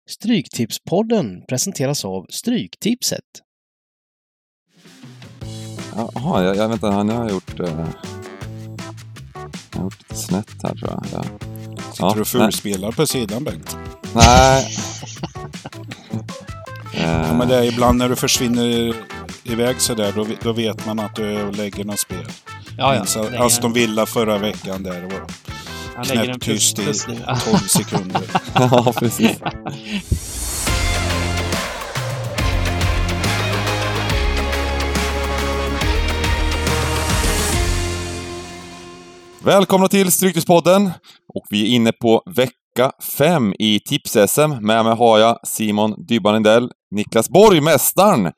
Stryktipspodden presenteras av Stryktipset. Jaha, jag vet inte, han har gjort lite snett här, tror jag. Ja. Sitter du fullspelar på sidan, Bengt? Nej. Ja, men det är ibland när du försvinner iväg så där, då vet man att du lägger något spel. Ja. Aston Villa förra veckan där var knäpptyst i 12 sekunder. Ja, precis. Välkomna till Stryktipspodden, och vi är inne på vecka 5 i Tips-SM. Med mig har jag Simon Dybban Lindell, Niklas Borg, mästaren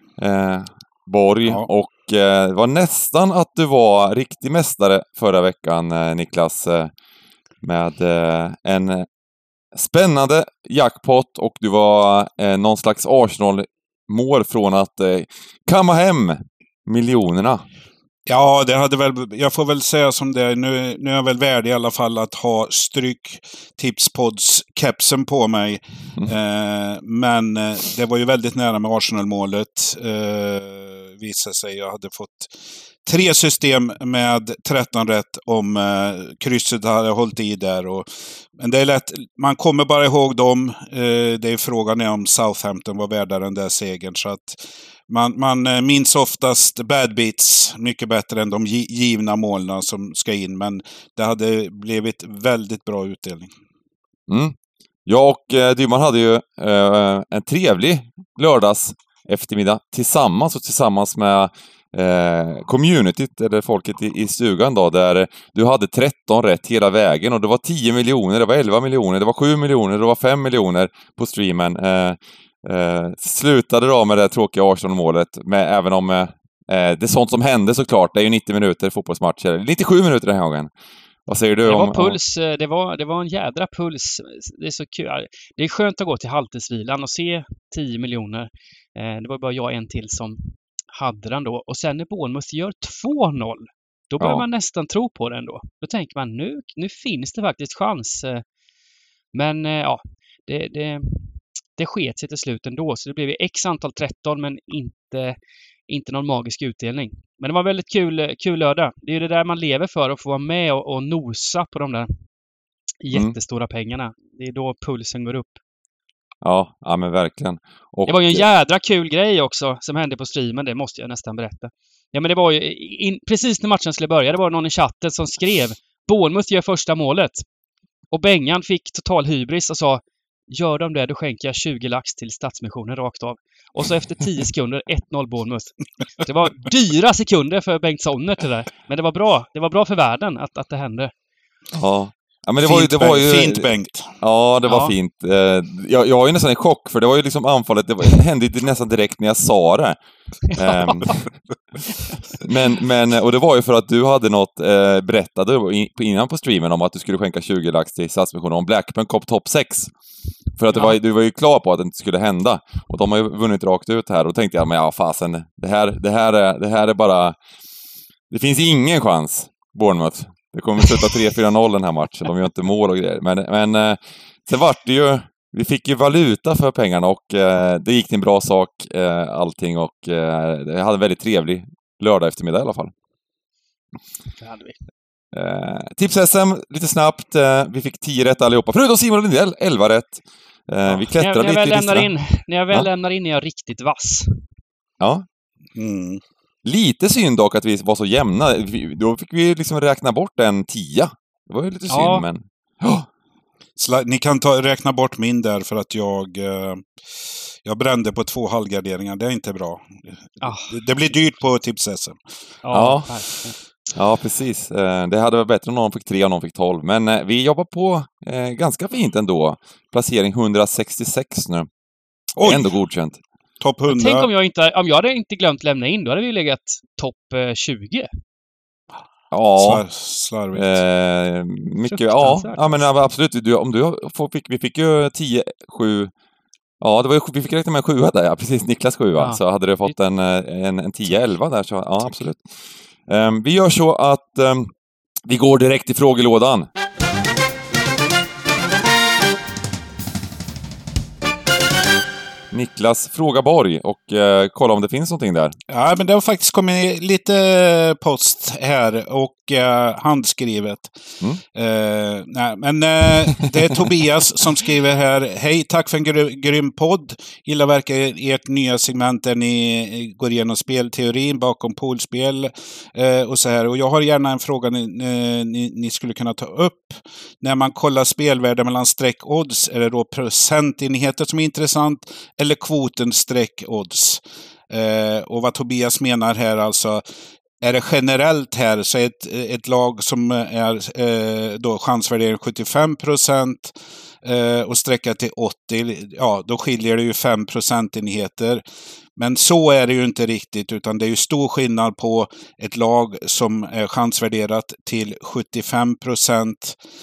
Borg, ja. Och det var nästan att du var riktig mästare förra veckan, Niklas, med en spännande jackpot, och du var någon slags Arsenal-mål från att kamma hem miljonerna. Ja, det hade väl, jag får väl säga som det är. Nu är jag väl värd i alla fall att ha Stryktipspods-kepsen på mig. Men det var ju väldigt nära med Arsenal-målet. Visade sig, jag hade fått 3 system med 13 rätt om krysset hade hållit i där. Men det är lätt, man kommer bara ihåg dem. Det är frågan om Southampton var värda den där segern, så att man minns oftast bad beats mycket bättre än de givna målen som ska in. Men det hade blivit väldigt bra utdelning. Jag och Dymman hade ju en trevlig lördags eftermiddag tillsammans med communityt, eller folket i stugan då, där du hade 13 rätt hela vägen, och det var 10 miljoner, det var 11 miljoner, det var 7 miljoner, det var 5 miljoner på streamen. Slutade då med det tråkiga Arsenal-målet, även om det är sånt som hände såklart. Det är ju 90 minuter fotbollsmatcher, 97 minuter den här gången. Vad säger du? Det var puls, det var en jädra puls. Det är så kul. Det är skönt att gå till halvtidsvilan och se 10 miljoner. Det var bara jag en till som hade den då. Och sen när Bournemouth gör 2-0, då börjar man nästan tro på den då. Då tänker man, nu finns det faktiskt chans. Men ja, det sket sig till slut ändå. Så det blev x antal 13, men inte någon magisk utdelning. Men det var väldigt kul lördag. Det är ju det där man lever för, att få vara med och nosa på de där jättestora pengarna. Det är då pulsen går upp. Ja, men verkligen. Och det var ju en jädra kul grej också som hände på streamen, det måste jag nästan berätta. Ja, men det var ju precis när matchen skulle börja, det var någon i chatten som skrev: Bournemouth gör första målet. Och Bengan fick total hybris och sa: gör de det, då skänker jag 20 lax till Stadsmissionen rakt av. Och så efter 10 sekunder 1-0 Bournemouth. Det var dyra sekunder för Bengt Sonner till det. Men det var bra. Det var bra för världen att det hände. Ja, men det var ju fint, Bengt. Ja, det var fint. Jag var ju nästan i chock, för det var ju liksom anfallet. Det hände nästan direkt när jag sa det. Men och det var ju för att du hade något berättade innan på streamen om att du skulle skänka 20 lax till Stadsmissionen om Blackburn kom topp 6. För att du var ju klar på att det inte skulle hända. Och de har ju vunnit rakt ut här. Och då tänkte jag, men ja, fasen, det här är bara... Det finns ingen chans, Bournemouth. Det kommer att sluta 3-4-0 den här matchen. De gör inte mål och grejer. Men sen vart det ju... Vi fick ju valuta för pengarna, och det gick till en bra sak, allting. Och jag hade en väldigt trevlig lördag eftermiddag i alla fall. Det hade vi. Tips-SM, lite snabbt. Vi fick 10 rätt allihopa. Förutom Simon Lindell, 11 rätt. Vi klättrade lite i listan. När jag väl lämnar in är jag riktigt vass. Ja. Lite synd dock att vi var så jämna. Då fick vi liksom räkna bort en 10. Det var ju lite synd, men... Ni kan räkna bort min där, för att jag brände på 2 halvgarderingar. Det är inte bra. Det blir dyrt på Tips-SM. Ja, precis. Det hade varit bättre om någon fick 3 och någon fick 12. Men vi jobbar på ganska fint ändå. Placering 166 nu. Oj. Ändå godkänt. Topp 100. Tänk om jag hade inte glömt lämna in, då hade vi legat topp 20. Ja. Slarvigt. Mycket. Ja, men absolut. Vi fick ju 10, 7. Ja, vi fick räkna med en 7 där, ja. Precis, Niklas 7. Ja. Så hade du fått en 10-11 där, så ja, absolut. Vi gör så att vi går direkt till frågelådan. Niklas fråga Borg och kolla om det finns någonting där. Ja, men det har faktiskt kommit lite post här och handskrivet. Nej, men det är Tobias som skriver här. Hej, tack för en grym podd. Gillar verkar ert nya segment där ni går igenom spelteorin bakom poolspel och så här. Och jag har gärna en fråga ni skulle kunna ta upp. När man kollar spelvärde mellan streck-odds, är det då procentenheter som är intressant eller kvoten streck-odds? Och vad Tobias menar här alltså, är det generellt här så ett lag som är då chansvärdering 75% och sträcka till 80, ja då skiljer det ju 5 procentenheter. Men så är det ju inte riktigt, utan det är ju stor skillnad på ett lag som är chansvärderat till 75%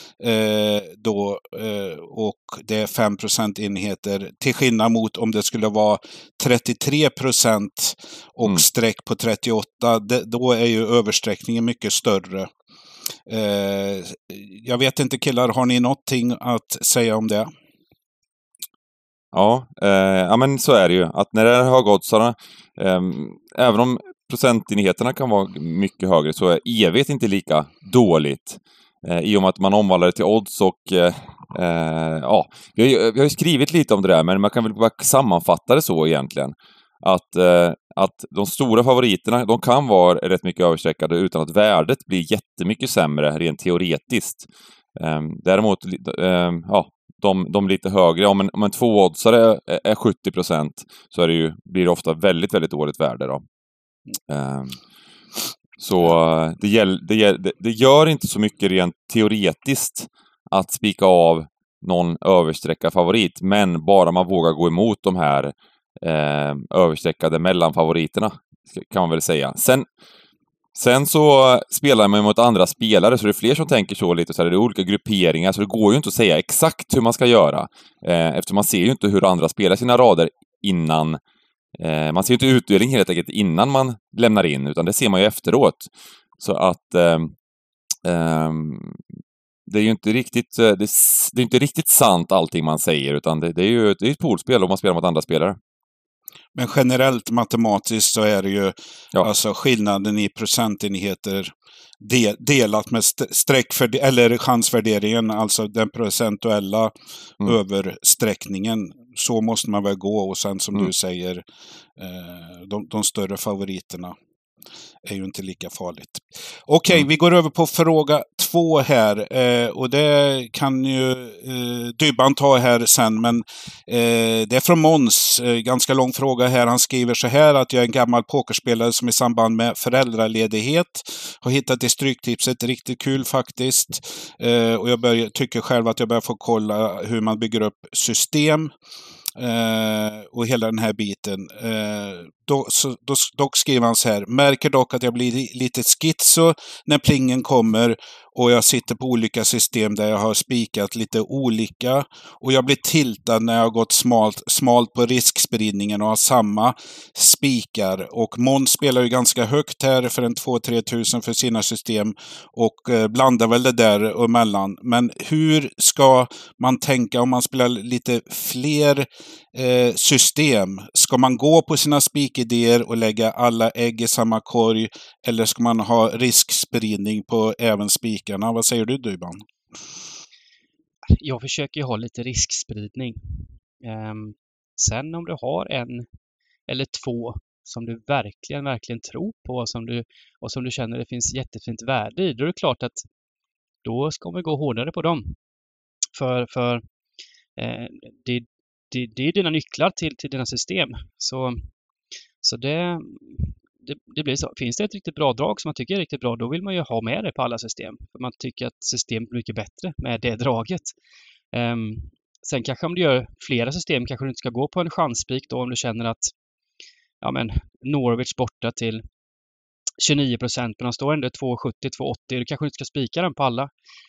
och det är 5 procentenheter, till skillnad mot om det skulle vara 33% och streck på 38, då är ju översträckningen mycket större. Jag vet inte killar, har ni någonting att säga om det? Ja, men så är det ju. Att när det är högoddsarna, även om procentenheterna kan vara mycket högre, så är evigt inte lika dåligt. I och med att man omvandlar det till odds och ja, vi har ju skrivit lite om det där, men man kan väl bara sammanfatta det så egentligen. Att de stora favoriterna, de kan vara rätt mycket översträckade utan att värdet blir jättemycket sämre rent teoretiskt. Däremot, ja, de lite högre, om en tvåoddsare är 70%, så blir det ofta väldigt, väldigt dåligt värde då. Så det gör inte så mycket rent teoretiskt att spika av någon översträckad favorit, men bara man vågar gå emot de här översträckade mellanfavoriterna, kan man väl säga. Sen så spelar man mot andra spelare, så det är fler som tänker så lite, så här, det är olika grupperingar, så det går ju inte att säga exakt hur man ska göra, eftersom man ser ju inte hur andra spelar sina rader innan. Man ser ju inte utdelning helt enkelt innan man lämnar in, utan det ser man ju efteråt. Så att det är ju inte riktigt, det är inte riktigt sant allting man säger, utan det är ju ett poolspel om man spelar mot andra spelare. Men generellt matematiskt så är det ju alltså skillnaden i procentenheter delat med eller chansvärderingen, alltså den procentuella översträckningen. Så måste man väl gå, och sen som du säger, de större favoriterna är ju inte lika farligt. Okej, vi går över på fråga 2 här. Och det kan ju Dybban ta här sen. Men det är från Måns. Ganska lång fråga här. Han skriver så här att jag är en gammal pokerspelare som i samband med föräldraledighet har hittat i Stryktipset. Riktigt kul faktiskt. Och jag tycker själv att jag börjar få kolla hur man bygger upp system. Och hela den här biten. Dock skriver han så här: märker dock att jag blir lite schizo när plingen kommer och jag sitter på olika system där jag har spikat lite olika, och jag blir tiltad när jag har gått smalt på riskspridningen och har samma spikar. Och Måns spelar ju ganska högt här för en 2-3 tusen för sina system och blandar väl det där emellan. Men hur ska man tänka om man spelar lite fler system? Ska man gå på sina spikidéer och lägga alla ägg i samma korg, eller ska man ha riskspridning på även spikarna? Vad säger du, Dybban? Jag försöker ha lite riskspridning. Sen om du har en eller två som du verkligen tror på och som du känner det finns jättefint värde i, då är det klart att då ska man gå hårdare på dem. För det är dina nycklar till dina system. Så det blir så. Finns det ett riktigt bra drag som man tycker är riktigt bra, då vill man ju ha med det på alla system. För man tycker att systemet blir mycket bättre med det draget. Sen kanske om du gör flera system kanske du inte ska gå på en chansspik då, om du känner att Norwich borta till 29%, men de står ändå 2,70, 2,80. Du kanske inte ska spika den på alla.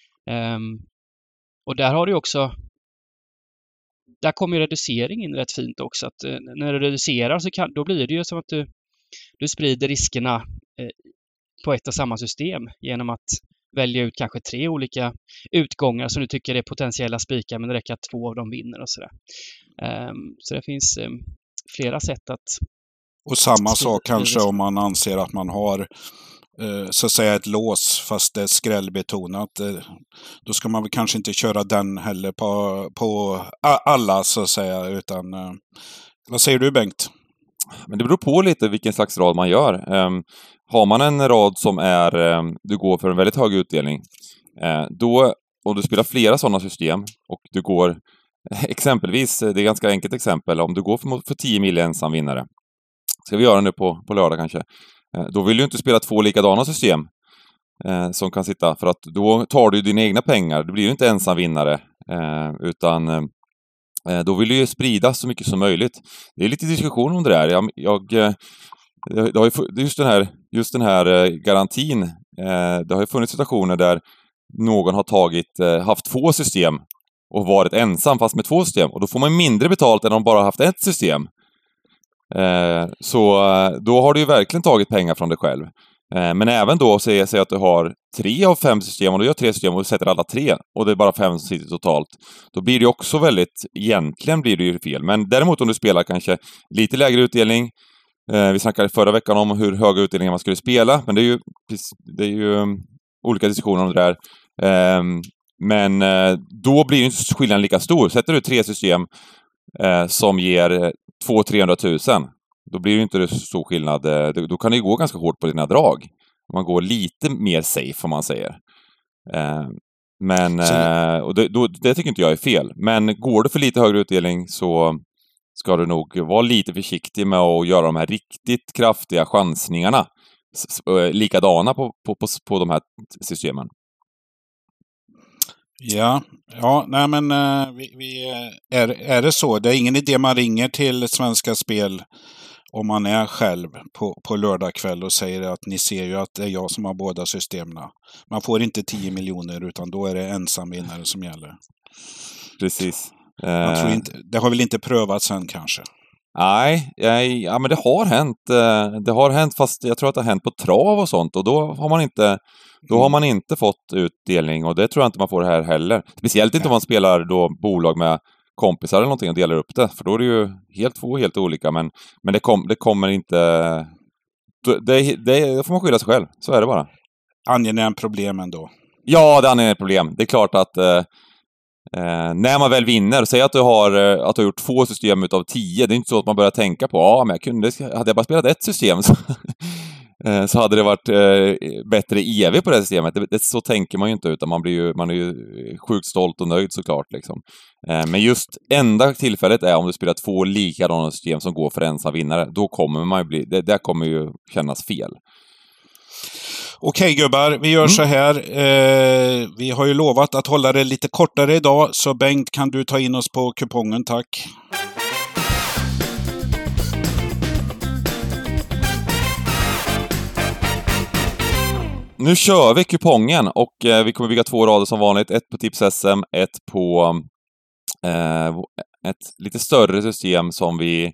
Och där har du också, där kommer ju reducering in rätt fint också. Att när du reducerar då blir det ju som att du sprider riskerna på ett och samma system genom att välja ut kanske 3 olika utgångar som du tycker är potentiella spikar, men det räcker att 2 av dem vinner och sådär. Så det finns flera sätt att... Och samma sak kanske om man anser att man har så att säga ett lås fast det är skrällbetonat. Då ska man väl kanske inte köra den heller på alla så att säga, utan vad säger du, Bengt? Men det beror på lite vilken slags rad man gör. Har man en rad som är, du går för en väldigt hög utdelning, då, och du spelar flera sådana system och du går exempelvis, det är ett ganska enkelt exempel, om du går för 10 mil ensam vinnare, ska vi göra nu på lördag kanske, då vill du inte spela 2 likadana system som kan sitta, för att då tar du dina egna pengar, det blir ju inte ensam vinnare, utan då vill du ju sprida så mycket som möjligt. Det är lite diskussion om det där. Det har ju just den här garantin, det har ju funnits situationer där någon har haft 2 system och varit ensam fast med 2 system, och då får man mindre betalt än om bara haft ett system. Så då har du ju verkligen tagit pengar från dig själv. Men även då, säg att du har 3 av 5 system och du gör 3 system och du sätter alla 3 och det är bara 5 som sitter totalt. Då blir det också egentligen blir det ju fel. Men däremot om du spelar kanske lite lägre utdelning, vi snackade förra veckan om hur höga utdelningar man skulle spela, men det är ju olika diskussioner om det där. Men då blir ju inte skillnaden lika stor. Sätter du 3 system som ger 200-300 000, då blir det inte så stor skillnad. Då kan det ju gå ganska hårt på dina drag. Man går lite mer safe, om man säger. Och det tycker inte jag är fel. Men går det för lite högre utdelning så ska du nog vara lite försiktig med att göra de här riktigt kraftiga chansningarna likadana på de här systemen. Ja, nej men är det så? Det är ingen idé man ringer till Svenska Spel om man är själv på lördag kväll och säger att ni ser ju att det är jag som har båda systemen. Man får inte 10 miljoner, utan då är det ensamvinnare som gäller. Precis. Man tror inte, det har väl inte prövats än kanske? Nej, men det har hänt. Det har hänt, fast jag tror att det har hänt på trav och sånt, och då har man inte fått utdelning, och det tror jag inte man får här heller. Speciellt inte om man spelar då bolag med kompisar eller någonting och delar upp det, för då är det ju två helt olika, men det kommer inte... Det får man skylla sig själv, så är det bara. Angenämt problem ändå. Ja, det är angenämt problem. Det är klart att när man väl vinner, säg att du har gjort 2 system utav 10, det är inte så att man börjar tänka på, men hade jag bara spelat ett system så hade det varit bättre EV på det systemet. Så tänker man ju inte, utan man är ju sjukt stolt och nöjd såklart liksom. Men just enda tillfället är om du spelar 2 likadana system som går för ensam vinnare. Då kommer man ju det kommer ju kännas fel. Okej gubbar, vi gör så här. Vi har ju lovat att hålla det lite kortare idag, så Bengt, kan du ta in oss på kupongen, tack. Nu kör vi kupongen, och vi kommer bygga 2 rader som vanligt. Ett på Tips-SM, ett på ett lite större system som vi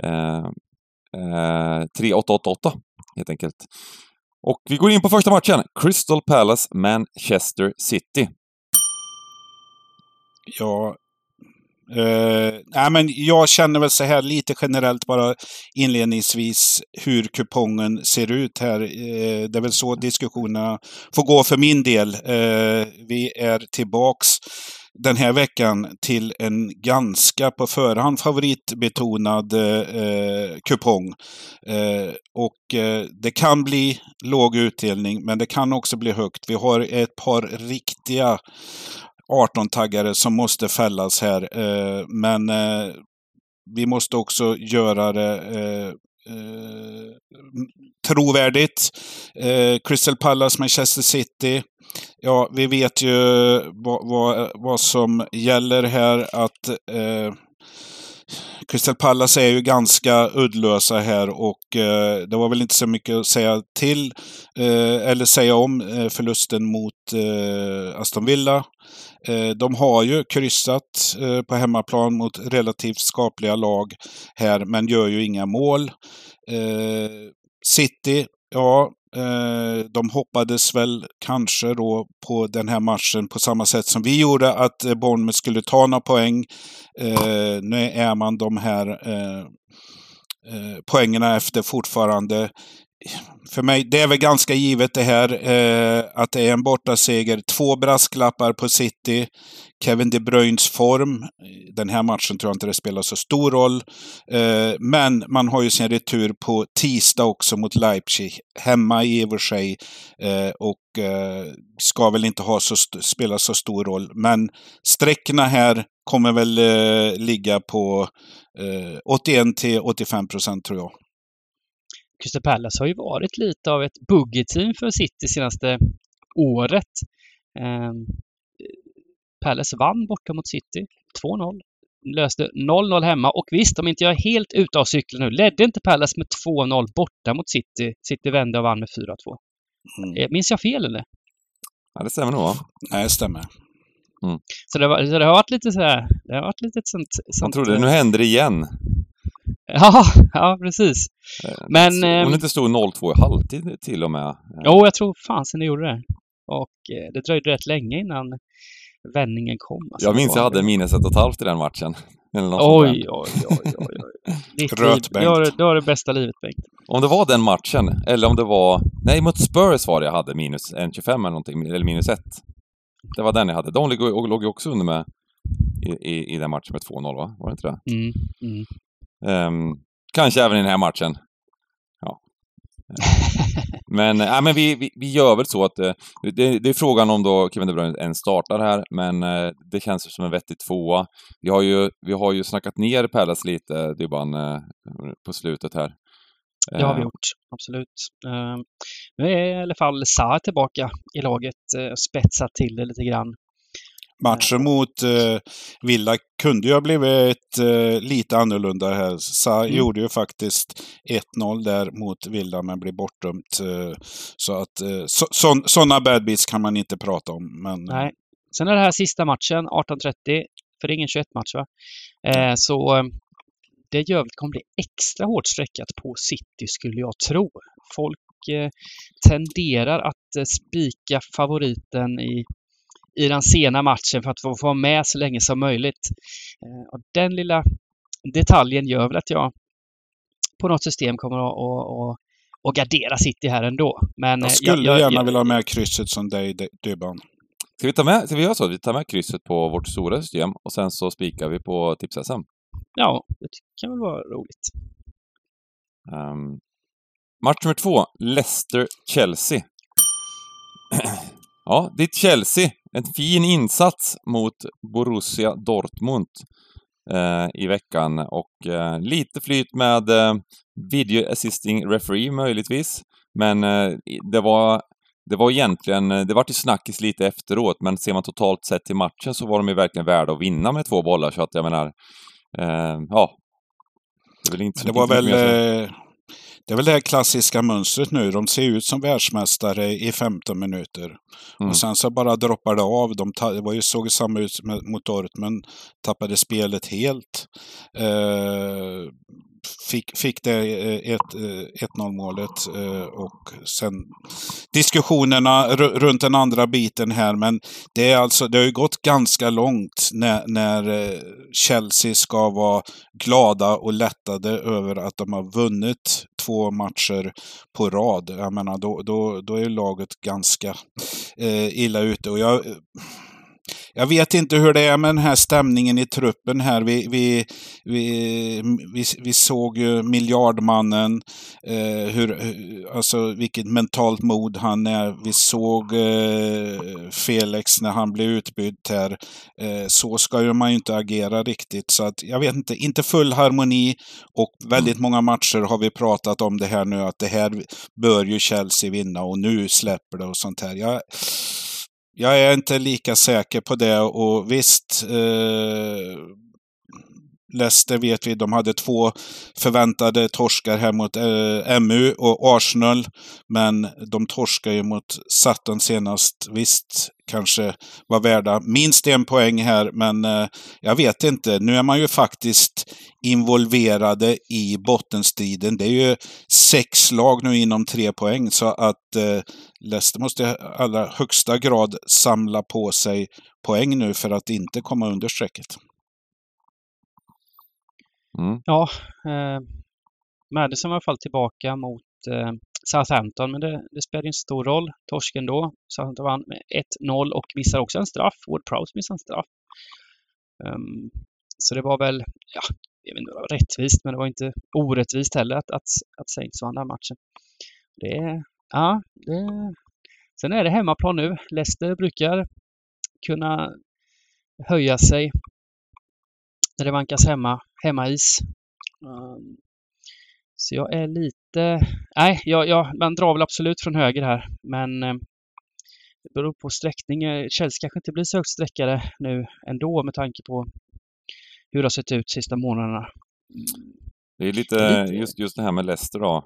3888 helt enkelt. Och vi går in på första matchen. Crystal Palace, Manchester City. Ja, men jag känner väl så här lite generellt bara inledningsvis hur kupongen ser ut här. Det är väl så diskussionerna får gå för min del. Vi är tillbaks den här veckan till en ganska på förhand favoritbetonad kupong. Och det kan bli låg utdelning, men det kan också bli högt. Vi har ett par riktiga 18-taggare som måste fällas här. Men vi måste också göra det trovärdigt. Crystal Palace, Manchester City. Ja, vi vet ju vad som gäller här, att Crystal Palace är ju ganska uddlösa här, och det var väl inte så mycket att säga till eller säga om förlusten mot Aston Villa. De har ju kryssat på hemmaplan mot relativt skapliga lag här, men gör ju inga mål. City Ja, de hoppades väl kanske då på den här matchen på samma sätt som vi gjorde, att Bournemouth skulle ta några poäng. Nu är man de här poängerna efter fortfarande. För mig, det är väl ganska givet det här att det är en bortaseger. 2 brasklappar på City. Kevin De Bruynes form. Den här matchen tror jag inte det spelar så stor roll. Men man har ju sin retur på tisdag också mot Leipzig. Hemma i och för sig. Och ska väl inte spela så stor roll. Men sträckorna här kommer väl ligga på 81-85% tror jag. Crystal Palace har ju varit lite av ett buggy-team för City senaste året. Palace vann borta mot City 2-0. Löste 0-0 hemma. Och visst, om inte jag är helt ute av cykeln nu, ledde inte Palace med 2-0 borta mot City. City vände och vann med 4-2. Minns jag fel eller? Ja, det stämmer nog, va? Nej, det stämmer. Så det har varit lite sådär. Det har varit lite sånt. Man trodde, nu händer det igen. Ja, precis. Men om det inte stod 0-2 i halvtid till och med. Jo, jag tror fansen det gjorde det. Och det dröjde rätt länge innan vändningen kom. Alltså, jag minns jag hade minus 1,5 i den matchen. Eller något oj. Röt, Bengt. Du har det bästa livet, Bengt. Om det var den matchen, eller om det var... Nej, mot Spurs var det jag hade minus 1,25 eller någonting, eller minus 1. Det var den jag hade. De låg ju också under med i den matchen med 2-0, va? Var det inte det? Kanske även i den här matchen. Ja. Men vi gör väl så att det är frågan om då Kevin De Bruyne ens startar här, men det känns som en vettig tvåa. Vi har ju snackat ner Palace lite, Dybban, på slutet här. Det har vi gjort, absolut. Nu är i alla fall Sarr tillbaka i laget, spetsat till det lite grann. Matchen mot Villa kunde ju ha blivit lite annorlunda här. Sarr gjorde ju faktiskt 1-0 där mot Villa men blev bortdömt. Så att sådana bad beats kan man inte prata om. Men... Nej. Sen är det här sista matchen, 18:30, för det är ingen 21-match va? Så det gör att det kommer bli extra hårt sträckat på City skulle jag tro. Folk tenderar att spika favoriten i den sena matchen för att få vara med så länge som möjligt. Och den lilla detaljen gör väl att jag på något system kommer att gardera City här ändå. Men jag skulle gärna vilja ha med krysset som dig, Dybban. Ska vi göra så? Vi tar med krysset på vårt stora system och sen så spikar vi på tips-SM. Ja, det kan väl vara roligt. Match nummer 2, Leicester-Chelsea. Ja, det är Chelsea. En fin insats mot Borussia Dortmund i veckan. Och lite flyt med video assisting referee möjligtvis. Men det var egentligen, det var ju snackis lite efteråt. Men ser man totalt sett till matchen så var de ju verkligen värda att vinna med 2 bollar. Så att jag menar, ja. Det är väl inte så det är väl det här klassiska mönstret nu. De ser ut som världsmästare i 15 minuter. Och sen så bara droppar det av. Det var ju såg samma ut mot Dortmund. Tappade spelet helt. Fick det 1-0-målet och sen diskussionerna runt den andra biten här. Men det har ju gått ganska långt när Chelsea ska vara glada och lättade över att de har vunnit 2 matcher på rad. Jag menar, då är laget ganska illa ute. Och jag vet inte hur det är med den här stämningen i truppen här. Vi såg ju miljardmannen, alltså vilket mentalt mod han är. Vi såg Felix när han blev utbytt här. Så ska ju man ju inte agera riktigt. Så att jag vet inte full harmoni, och väldigt många matcher har vi pratat om det här nu, att det här bör ju Chelsea vinna och nu släpper det och sånt här. Jag är inte lika säker på det, och visst, Leicester vet vi, de hade 2 förväntade torskar här mot MU och Arsenal. Men de torskar ju mot Sutton senast. Visst, kanske var värda minst 1 poäng här, men jag vet inte. Nu är man ju faktiskt involverade i bottenstriden. Det är ju 6 lag nu inom 3 poäng, så att Leicester måste i allra högsta grad samla på sig poäng nu för att inte komma under strecket. Ja, Madison var i alla fall tillbaka mot Southampton, men det spelade inte stor roll. Torsken då. Southampton vann med 1-0 och missade också en straff. Ward Prowse missade en straff. Så det var väl, ja, jag vet inte, det var rättvist, men det var inte orättvist heller att Saints vann den här matchen. Sen är det hemmaplan nu. Leicester brukar kunna höja sig när det vankas hemmais. Så jag är lite... Nej, man drar väl absolut från höger här. Men det beror på sträckning. Chelsea kanske inte blir så högt sträckade nu ändå med tanke på hur det har sett ut sista månaderna. Det är lite just det här med Leicester då.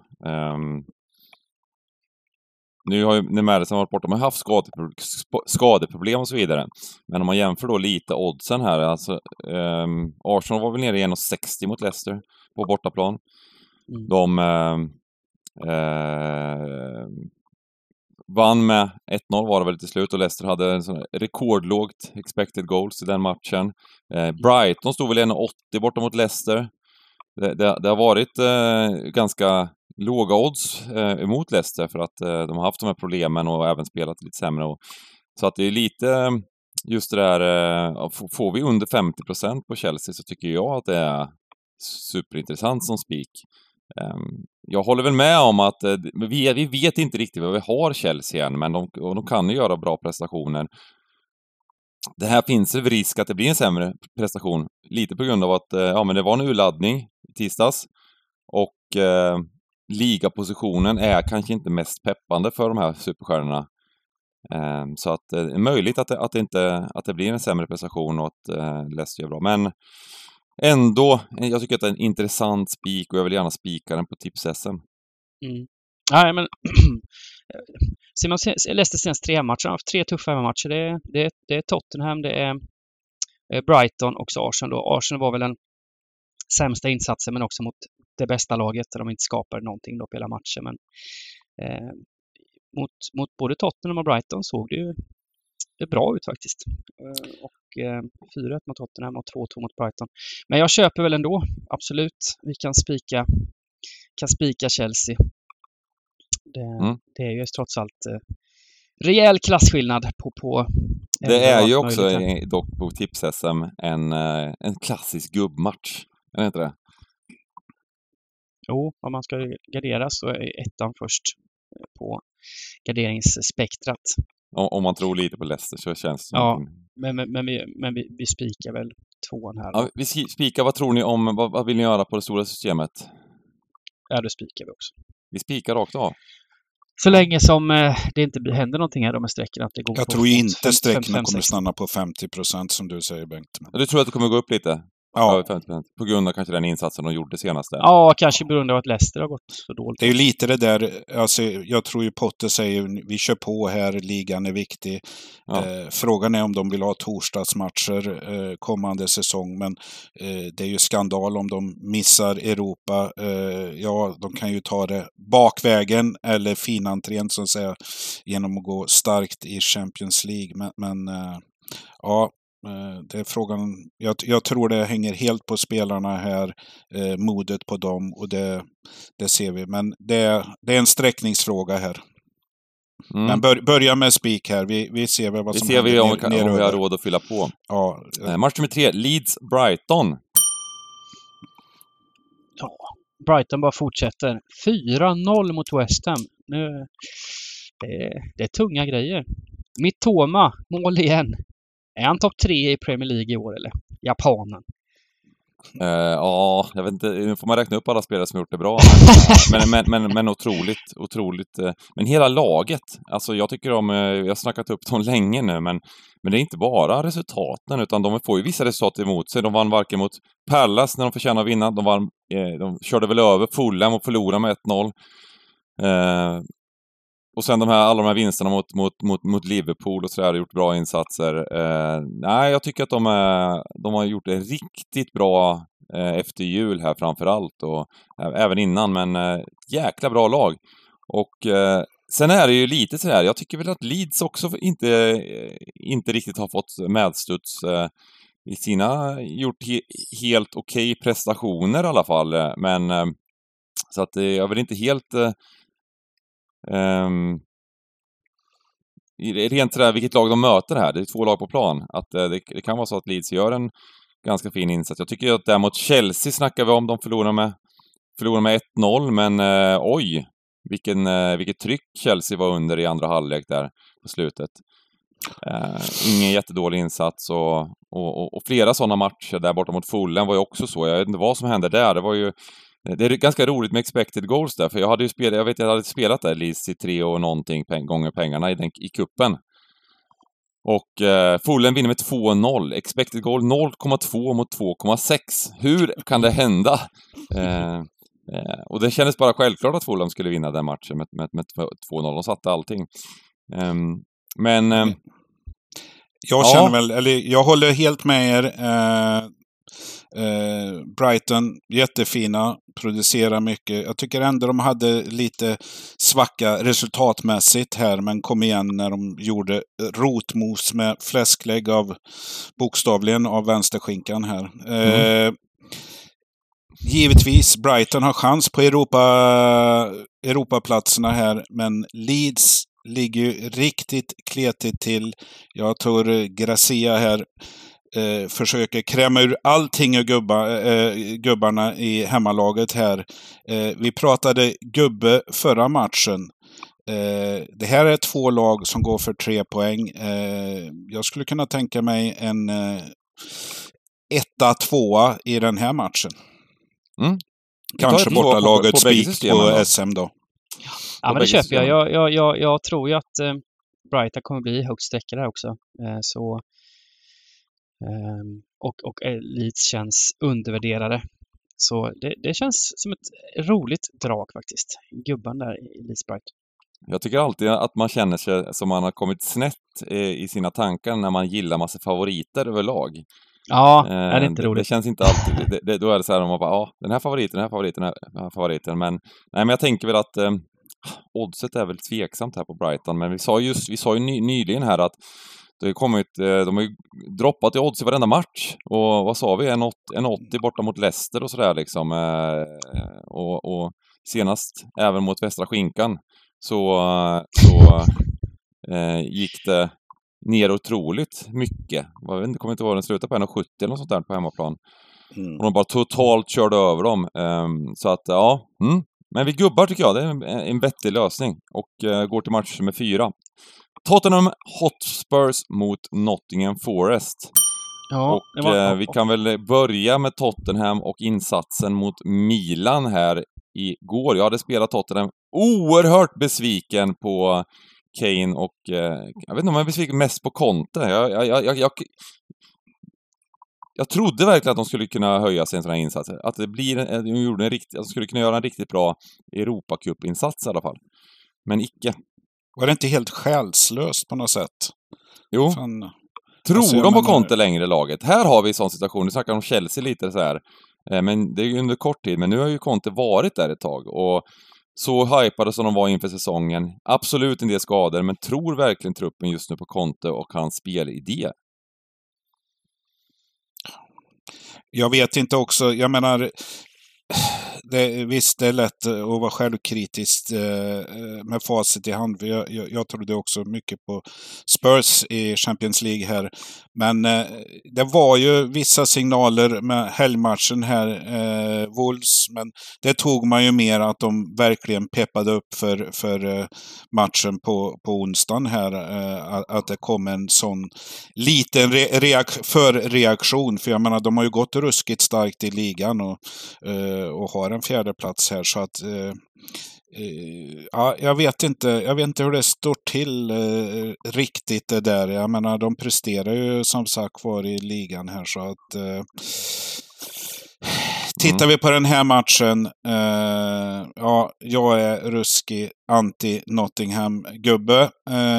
Nu har ju när Madison varit borta, de har haft skadeproblem och så vidare. Men om man jämför då lite oddsen här, alltså Arsenal var väl nere i 1,60 mot Leicester på bortaplan. De vann med 1-0 var det väl till slut, och Leicester hade en sån rekordlågt expected goals i den matchen. Brighton stod väl 1,80 borta mot Leicester. Det har varit ganska låga odds emot Leicester för att de har haft de här problemen och även spelat lite sämre. Så att det är lite just det där, får vi under 50% på Chelsea så tycker jag att det är superintressant som spik. Jag håller väl med om att vi vet inte riktigt vad vi har Chelsea än, men de kan ju göra bra prestationer. Det här finns det risk att det blir en sämre prestation, lite på grund av att men det var en urladdning i tisdags och ligapositionen är kanske inte mest peppande för de här superstjärnorna. Så att det är möjligt att det blir en sämre prestation och att Leicester gör bra. Men ändå, jag tycker att det är en intressant spik och jag vill gärna spika den på tips-SM. Nej, men ser man Leicester senast 3 matcher, har haft 3 tuffa hemmamatcher. Det är Tottenham, det är Brighton och så Arsenal då. Arsenal var väl den sämsta insatsen, men också mot det bästa laget där de inte skapade någonting då på hela matchen. Men mot både Tottenham och Brighton såg det ju bra ut faktiskt. Och 4-1 mot Tottenham och 2-2 mot Brighton. Men jag köper väl ändå, absolut. Vi kan spika Chelsea. Det är ju trots allt rejäl klasskillnad på det är ju också dock på tips-SM en klassisk gubbmatch. Är det inte det? Jo, om man ska gardera så är ettan först på garderingsspektrat. Om man tror lite på Leicester så känns det. Ja, men vi spikar väl 2 här. Ja, vi spikar, vad tror ni om, vad vill ni göra på det stora systemet? Ja, det spikar vi också. Vi spikar rakt av. Så länge som det inte händer någonting här med sträckorna. Att det går jag tror inte sträckorna kommer stanna på 50% som du säger, Bengt. Du tror att det kommer gå upp lite? Ja. 50%. På grund av kanske den insatsen de gjorde senast. Ja, kanske på grund av att Leicester har gått så dåligt. Det är ju lite det där, alltså, jag tror ju Potter säger vi kör på här, ligan är viktig. Ja. Frågan är om de vill ha torsdagsmatcher kommande säsong, men det är ju skandal om de missar Europa. Ja, de kan ju ta det bakvägen eller finantrén så att säga, genom att gå starkt i Champions League. Men ja, det är frågan. Jag tror det hänger helt på spelarna här, modet på dem, och det ser vi. Men det är en sträckningsfråga här. Men börja med spik här. Vi ser väl vad som händer. Vi ser om vi har råd att fylla på. Ja. Match nummer 3, Leeds-Brighton. Ja, Brighton bara fortsätter. 4-0 mot West Ham. Nu, det är tunga grejer. Mitoma, mål igen. Är han topp 3 i Premier League i år eller? Japanen. Ja, jag vet inte, nu får man räkna upp alla spelare som gjort det bra. Men otroligt. Men hela laget, alltså jag tycker jag har snackat upp dem länge nu, men det är inte bara resultaten, utan de får ju vissa resultat emot sig. De vann varken mot Palace när de förtjänar att vinna, de körde väl över Fulham och förlorade med 1-0. Och sen alla de här vinsterna mot Liverpool och så där, har gjort bra insatser. Nej, jag tycker att de har gjort det riktigt bra efter jul här framför allt, och även innan, men jäkla bra lag. Och sen är det ju lite så här, jag tycker väl att Leeds också inte riktigt har fått medstuds i sina gjort helt okej prestationer i alla fall, men så att jag vill inte helt rent sådär vilket lag de möter här. Det är 2 lag på plan. Att det kan vara så att Leeds gör en ganska fin insats. Jag tycker att däremot Chelsea snackar vi om. De förlorar med 1-0, men oj, vilket tryck Chelsea var under i andra halvlek där på slutet. Ingen jättedålig insats, och flera sådana matcher där borta mot Fulham var ju också så. Jag vet inte vad som hände där. Det är ganska roligt med expected goals där, för jag hade spelat där Leeds i 3 och någonting gånger pengarna i kuppen. Och Fulham vinner med 2-0. Expected goal 0,2 mot 2,6. Hur kan det hända? Och det kändes bara självklart att Fulham skulle vinna den matchen med 2-0. De satte allting. Men jag känner jag håller helt med er. Brighton, jättefina, producerar mycket. Jag tycker ändå de hade lite svacka resultatmässigt här, men kom igen när de gjorde rotmos med fläsklägg bokstavligen av vänsterskinkan här. Givetvis, Brighton har chans på Europaplatserna här, men Leeds ligger ju riktigt kletigt till. Jag tror Gracia här försöker kräma ur allting ur gubbarna i hemmalaget här. Vi pratade gubbe förra matchen. Det här är 2 lag som går för 3 poäng. Jag skulle kunna tänka mig en 1-2 i den här matchen. Kanske bortalaget spik på SM då. Ja, men det köper jag. Jag tror ju att Brighton kommer bli högt sträckare här också. Och Leeds känns undervärderade. Så det känns som ett roligt drag faktiskt. Gubban där i Leeds Brighton. Jag tycker alltid att man känner sig som man har kommit snett i sina tankar när man gillar massa favoriter överlag. Ja, är det inte roligt? Det känns inte alltid. Då är det så här om man bara, den här favoriten. Men jag tänker väl att oddset är väl tveksamt här på Brighton. Men vi sa ju nyligen här att de har ju droppat i odds i varenda match. Och vad sa vi? En 80 borta mot Leicester och sådär liksom. Och senast även mot Västra Skinkan så gick det ner otroligt mycket. Jag kommer inte ihåg, den slutade på 1,70 eller något sånt där på hemmaplan. Och de bara totalt körde över dem. Så att, ja. Men vi gubbar tycker jag, det är en vettig lösning. Och går till match med 4. Tottenham Hotspurs mot Nottingham Forest. Ja, och vi kan väl börja med Tottenham och insatsen mot Milan här igår. Jag hade spelat Tottenham, oerhört besviken på Kane och jag vet inte om jag är besviken mest på Conte. Jag trodde verkligen att de skulle kunna höja sig en sån här insats. Att de skulle kunna göra en riktigt bra Europacup-insats i alla fall. Men icke. Var det inte helt själslöst på något sätt? Jo. Tror de på Conte längre laget? Här har vi en sån situation. Nu snackar om Chelsea lite så här. Men det är ju under kort tid. Men nu har ju Conte varit där ett tag. Och så hypade som de var inför säsongen. Absolut en del skador. Men tror verkligen truppen just nu på Conte och hans spelidé? Jag vet inte också. Jag menar, visst, det är lätt att vara självkritisk med facit i hand. Jag trodde också mycket på Spurs i Champions League här. Men det var ju vissa signaler med helgmatchen här, Wolves. Men det tog man ju mer att de verkligen peppade upp för matchen på onsdagen här. Att det kom en sån liten förreaktion. För jag menar, de har ju gått ruskigt starkt i ligan och har en fjärde plats här, så att ja, jag vet inte hur det står till riktigt det där. Jag menar, de presterar ju som sagt kvar i ligan här, så att tittar vi på den här matchen, ja, jag är ruskig anti-Nottingham-gubbe.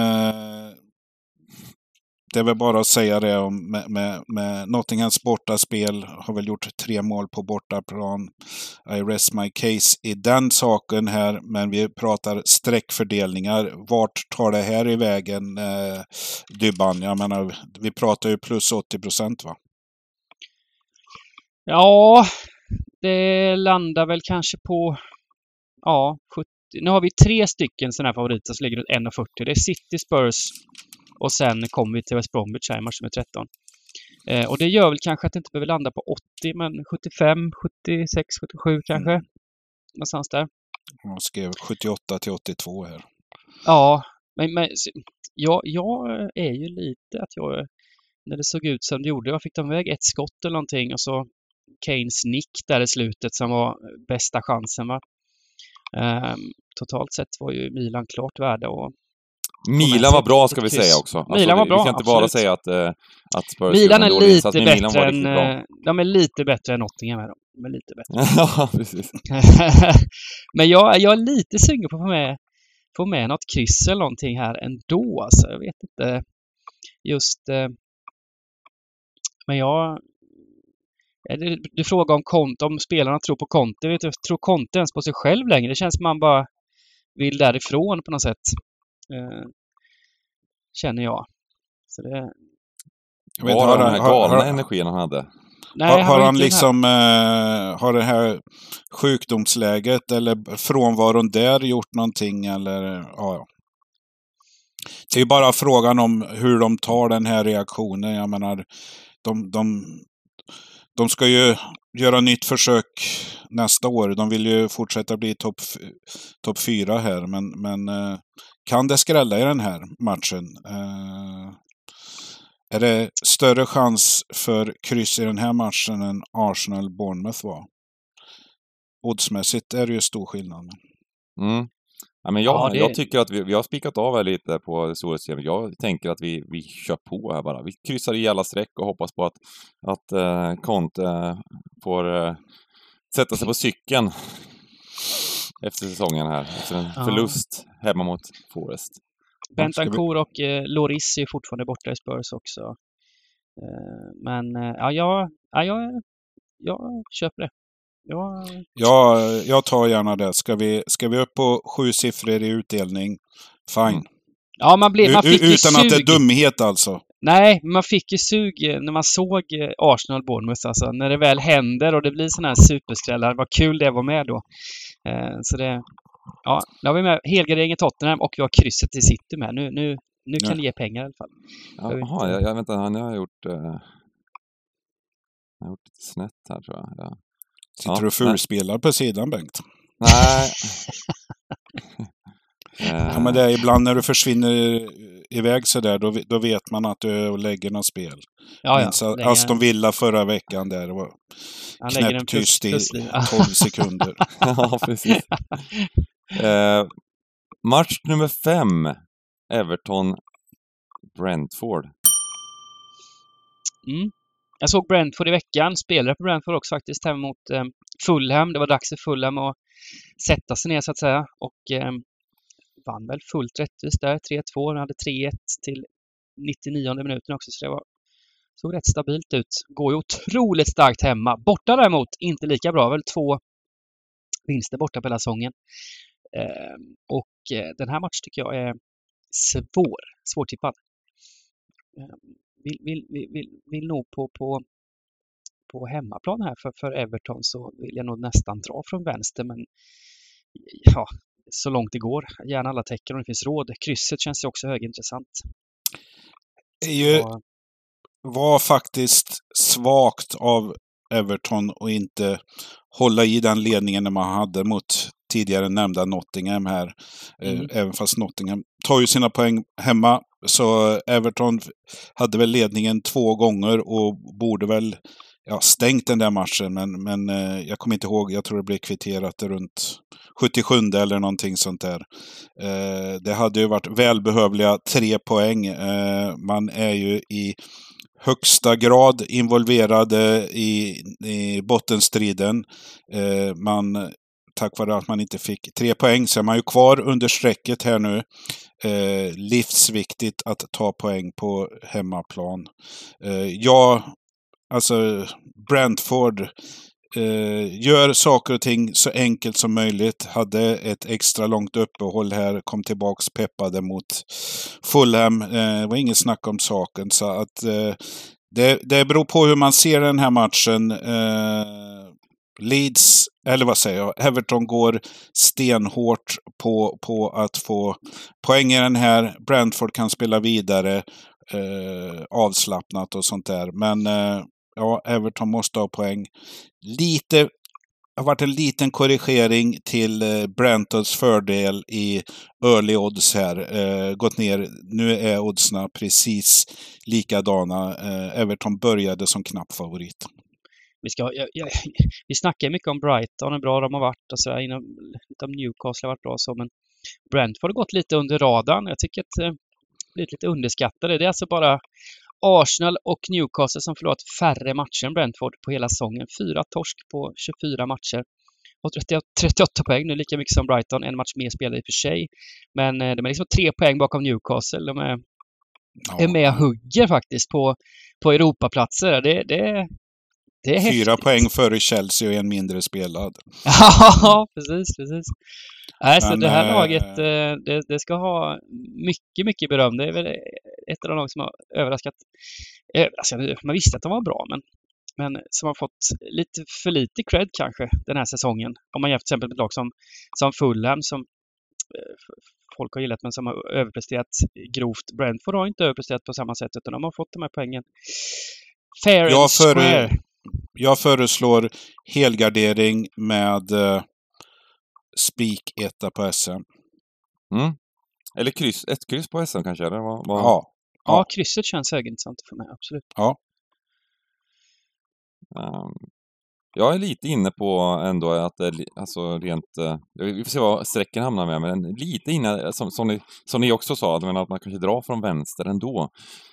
Det är väl bara att säga det om med Nottinghams bortaspel. Har väl gjort 3 mål på bortaplan. I rest my case i den saken här. Men vi pratar sträckfördelningar. Vart tar det här i vägen, Dybban? Jag menar, vi pratar ju plus 80%, va? Ja, det landar väl kanske på 70. Nu har vi 3 stycken sådana här favoriter som ligger runt 1,40. Det är City, Spurs och sen kommer vi till West Bromwich här i match nummer 13. Och det gör väl kanske att det inte behöver landa på 80, men 75, 76, 77 kanske. Någonstans där. Jag skrev 78 till 82 här. Ja, men jag är ju lite att när det såg ut som det gjorde, jag fick ta iväg ett skott eller någonting och så Kanes nick där i slutet som var bästa chansen, va? Totalt sett var ju Milan klart värda och Milan var bra, ska vi säga också. Milan var bra, vi kan inte bara säga att Spurs Milan är lite insats, bättre Milan var riktigt bra. de är lite bättre än Nottingham här. De är lite bättre. Ja, precis. Men jag är lite sugen på att få med något kryss eller någonting här ändå. Alltså, jag vet inte. Just... men du frågar om Conte, om spelarna tror på Conte. Jag vet inte, tror Conte ens på sig själv längre? Det känns som man bara vill därifrån på något sätt. Känner jag. Så det... Jag vet, har den här galna energin han hade? Nej, har han liksom har det här sjukdomsläget eller frånvaron där gjort någonting, eller ja. Det är ju bara frågan om hur de tar den här reaktionen. Jag menar, de ska ju göra nytt försök nästa år. De vill ju fortsätta bli topp 4 här, men kan det skrälla i den här matchen? Är det större chans för kryss i den här matchen än Arsenal-Bournemouth var? Oddsmässigt är det ju stor skillnad. Mm. Ja, men jag tycker att vi har spikat av här lite på storhetssystemet. Jag tänker att vi kör på här bara. Vi kryssar i alla streck och hoppas på att Conte får sätta sig på cykeln efter säsongen här. Efter en förlust hemma mot Forest. Bentancur och Lloris är fortfarande borta i Spurs också. Men jag köper det. Ja, jag tar gärna det. Ska vi upp på 7 siffror i utdelning? Fine. Ja, man fick ju utan sug. att det är dumhet alltså. Nej, man fick ju sug när man såg Arsenal Bournemouth, alltså när det väl händer och det blir såna här superskrällar. Vad kul det var med då. Så det, ja, nu har vi med helgarderingen Tottenham och vi har krysset till City med. Nu kan det ge pengar i alla fall. Jaha, jag vet inte, han har gjort lite snett här, tror jag. Ja. Sitter du och fulspelar på sidan, Bengt? Nej. Ja, men det är ibland när du försvinner iväg så där, då vet man att du lägger något spel. Aston Villa förra veckan där var knäpptyst i 12 sekunder. Ja, precis. Match nummer 5. Everton-Brentford. Jag såg Brentford i veckan, spelade på Brentford också faktiskt här mot Fulham. Det var dags för Fulham att sätta sig ner så att säga och vann väl fullt rättvist där, 3-2. De hade 3-1 till 99 minuten också, så det såg rätt stabilt ut. Går ju otroligt starkt hemma. Borta däremot inte lika bra, väl 2 vinster borta på hela säsongen. Och den här matchen tycker jag är svårtippad. Vill nog på på hemmaplan här för Everton så vill jag nog nästan dra från vänster, men ja, så långt det går. Gärna alla tecken om det finns råd. Krysset känns ju också högintressant. Var faktiskt svagt av Everton och inte hålla i den ledningen när man hade mot tidigare nämnda Nottingham här. Även fast Nottingham tar ju sina poäng hemma. Så Everton hade väl ledningen 2 gånger och borde väl stängt den där matchen. Men jag kommer inte ihåg, jag tror det blev kvitterat runt 77 eller någonting sånt där. Det hade ju varit välbehövliga 3 poäng. Man är ju i högsta grad involverade i bottenstriden. Tack vare att man inte fick 3 poäng så är man ju kvar under strecket här nu. Livsviktigt att ta poäng på hemmaplan. Brentford gör saker och ting så enkelt som möjligt. Hade ett extra långt uppehåll här, kom tillbaks peppade mot Fulham. Det var inget snack om saken, så att det beror på hur man ser den här matchen. Leeds, eller vad säger jag, Everton går stenhårt på att få poäng i den här. Brentford kan spela vidare avslappnat och sånt där. Men Everton måste ha poäng. Det har varit en liten korrigering till Brentards fördel i early odds här. Gått ner. Nu är oddsna precis likadana. Everton började som knapp favorit. Vi snackar mycket om Brighton, hur bra de har varit och sådär. Lite om Newcastle har varit bra så, men Brentford har gått lite under radarn. Jag tycker att det blivit lite underskattade. Det är alltså bara Arsenal och Newcastle som förlorat färre matcher än Brentford på hela säsongen. 4 torsk på 24 matcher. Och 38 poäng, nu lika mycket som Brighton. En match mer spelade i och för sig. Men de är liksom 3 poäng bakom Newcastle. De är med och hugger faktiskt på Europaplatser. Det är 4 häftigt. poäng före Chelsea och en mindre spelad. Ja, precis. Så det här laget, det ska ha mycket, mycket beröm. Det är väl ett av de lag som har överraskat. Man visste att de var bra, men som har fått lite för lite cred kanske den här säsongen. Om man jämför till exempel med ett lag som Fulham, som folk har gillat men som har överpresterat grovt. Brentford har inte överpresterat på samma sätt, utan de har fått de här poängen fair and square. Jag föreslår helgardering med spik 1 på SM. Eller ett kryss på SM kanske? Eller Ja, krysset känns högintressant för mig, absolut. Ja. Jag är lite inne på ändå att alltså rent... vi får se vad sträcken hamnar med, men lite inne, som ni också sa, att man kanske drar från vänster ändå.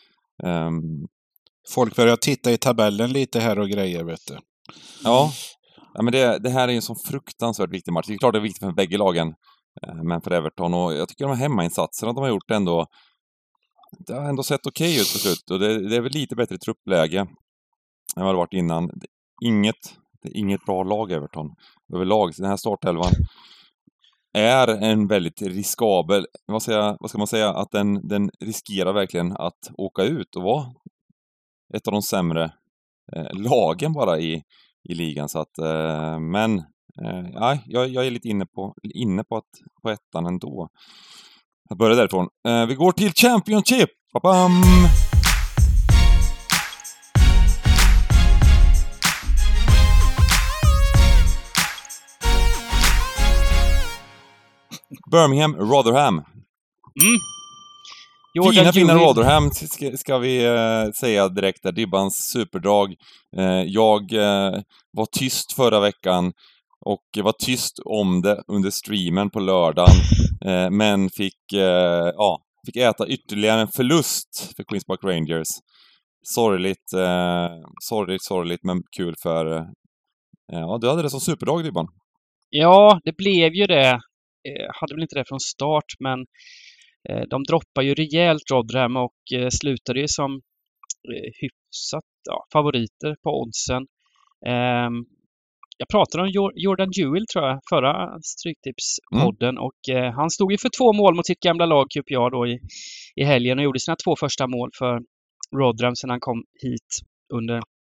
Folk börjar titta i tabellen lite här och grejer, vet du. Ja, men det här är ju en sån fruktansvärt viktig match. Det är klart det är viktigt för bägge lagen, men för Everton. Och jag tycker de här hemmainsatserna de har gjort ändå... Det har ändå sett okej ut på slut. Och det är väl lite bättre truppläge än vad det varit innan. Det är inget bra lag, Everton. Överlag, den här startelvan är en väldigt riskabel... Vad ska man säga? Att den riskerar verkligen att åka ut och vara ett av de sämre lagen bara i ligan. Så att, men jag är lite inne på ettan ändå. Jag börjar därifrån. Vi går till Championship! Ba-bam! Birmingham, Rotherham. Fina Rotherham ska vi säga direkt där. Dibbans superdrag. Jag var tyst förra veckan och var tyst om det under streamen på lördagen. Men fick äta ytterligare en förlust för Queens Park Rangers. Sorgligt, men kul för... du hade det som superdrag, Dibban. Ja, det blev ju det. Hade väl inte det från start, men de droppar ju rejält Rotherham och slutade ju som hyfsat favoriter på oddsen. Jag pratade om Jordan Jewell, tror jag, förra Stryktipspodden. Och han stod ju för 2 mål mot sitt gamla lag QPR då i helgen och gjorde sina 2 första mål för Rotherham sedan han kom hit under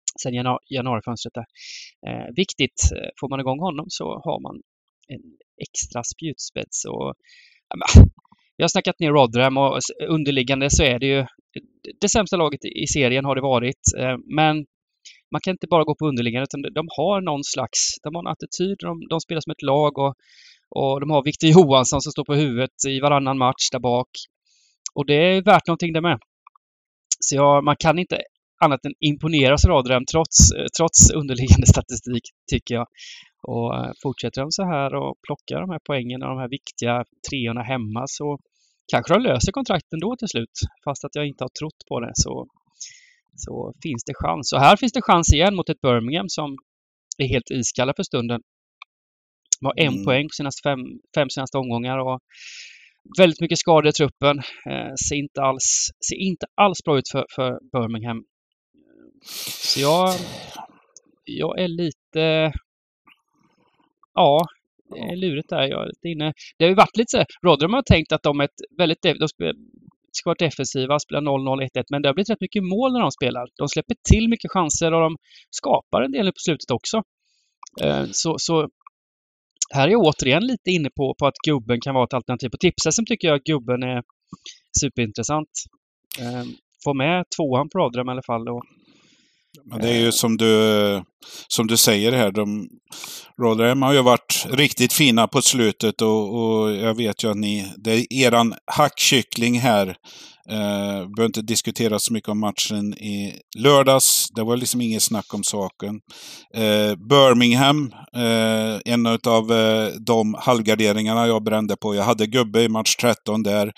sen januarifönstret där. Viktigt, får man igång honom så har man en extra spjutspets. Och jag har snackat ner Rotherham och underliggande så är det ju det sämsta laget i serien har det varit. Men man kan inte bara gå på underliggande utan de har någon slags, de har en attityd, de spelar som ett lag och de har Victor Johansson som står på huvudet i varannan match där bak. Och det är värt någonting det med. Så man kan inte annat än imponeras Rotherham trots underliggande statistik tycker jag. Och fortsätter de så här och plockar de här poängen och de här viktiga treorna hemma så kanske de löser kontrakten då till slut. Fast att jag inte har trott på det så finns det chans. Och här finns det chans igen mot ett Birmingham som är helt iskalla för stunden. De har en poäng på sina fem senaste omgångar och väldigt mycket skador i truppen. Ser inte alls bra ut för Birmingham. Så jag är lite... Ja, det är lurigt där. Jag är lite inne. Det har ju varit lite så. Rotherham har tänkt att de är de ska vara defensiva, spela 0-0, 1-1, men det har blivit rätt mycket mål när de spelar. De släpper till mycket chanser och de skapar en del på slutet också. Så här är jag återigen lite inne på att gubben kan vara ett alternativ. På tipsen tycker jag att gubben är superintressant. Få med tvåan på Rotherham i alla fall. Men det är ju som du säger här, Rotherham har ju varit riktigt fina på slutet och jag vet ju att det är eran hackkyckling här. Behöver inte diskutera så mycket om matchen i lördags. Det var liksom inget snack om saken. Birmingham, en av de halvgarderingarna jag brände på. Jag hade gubbe i match 13 där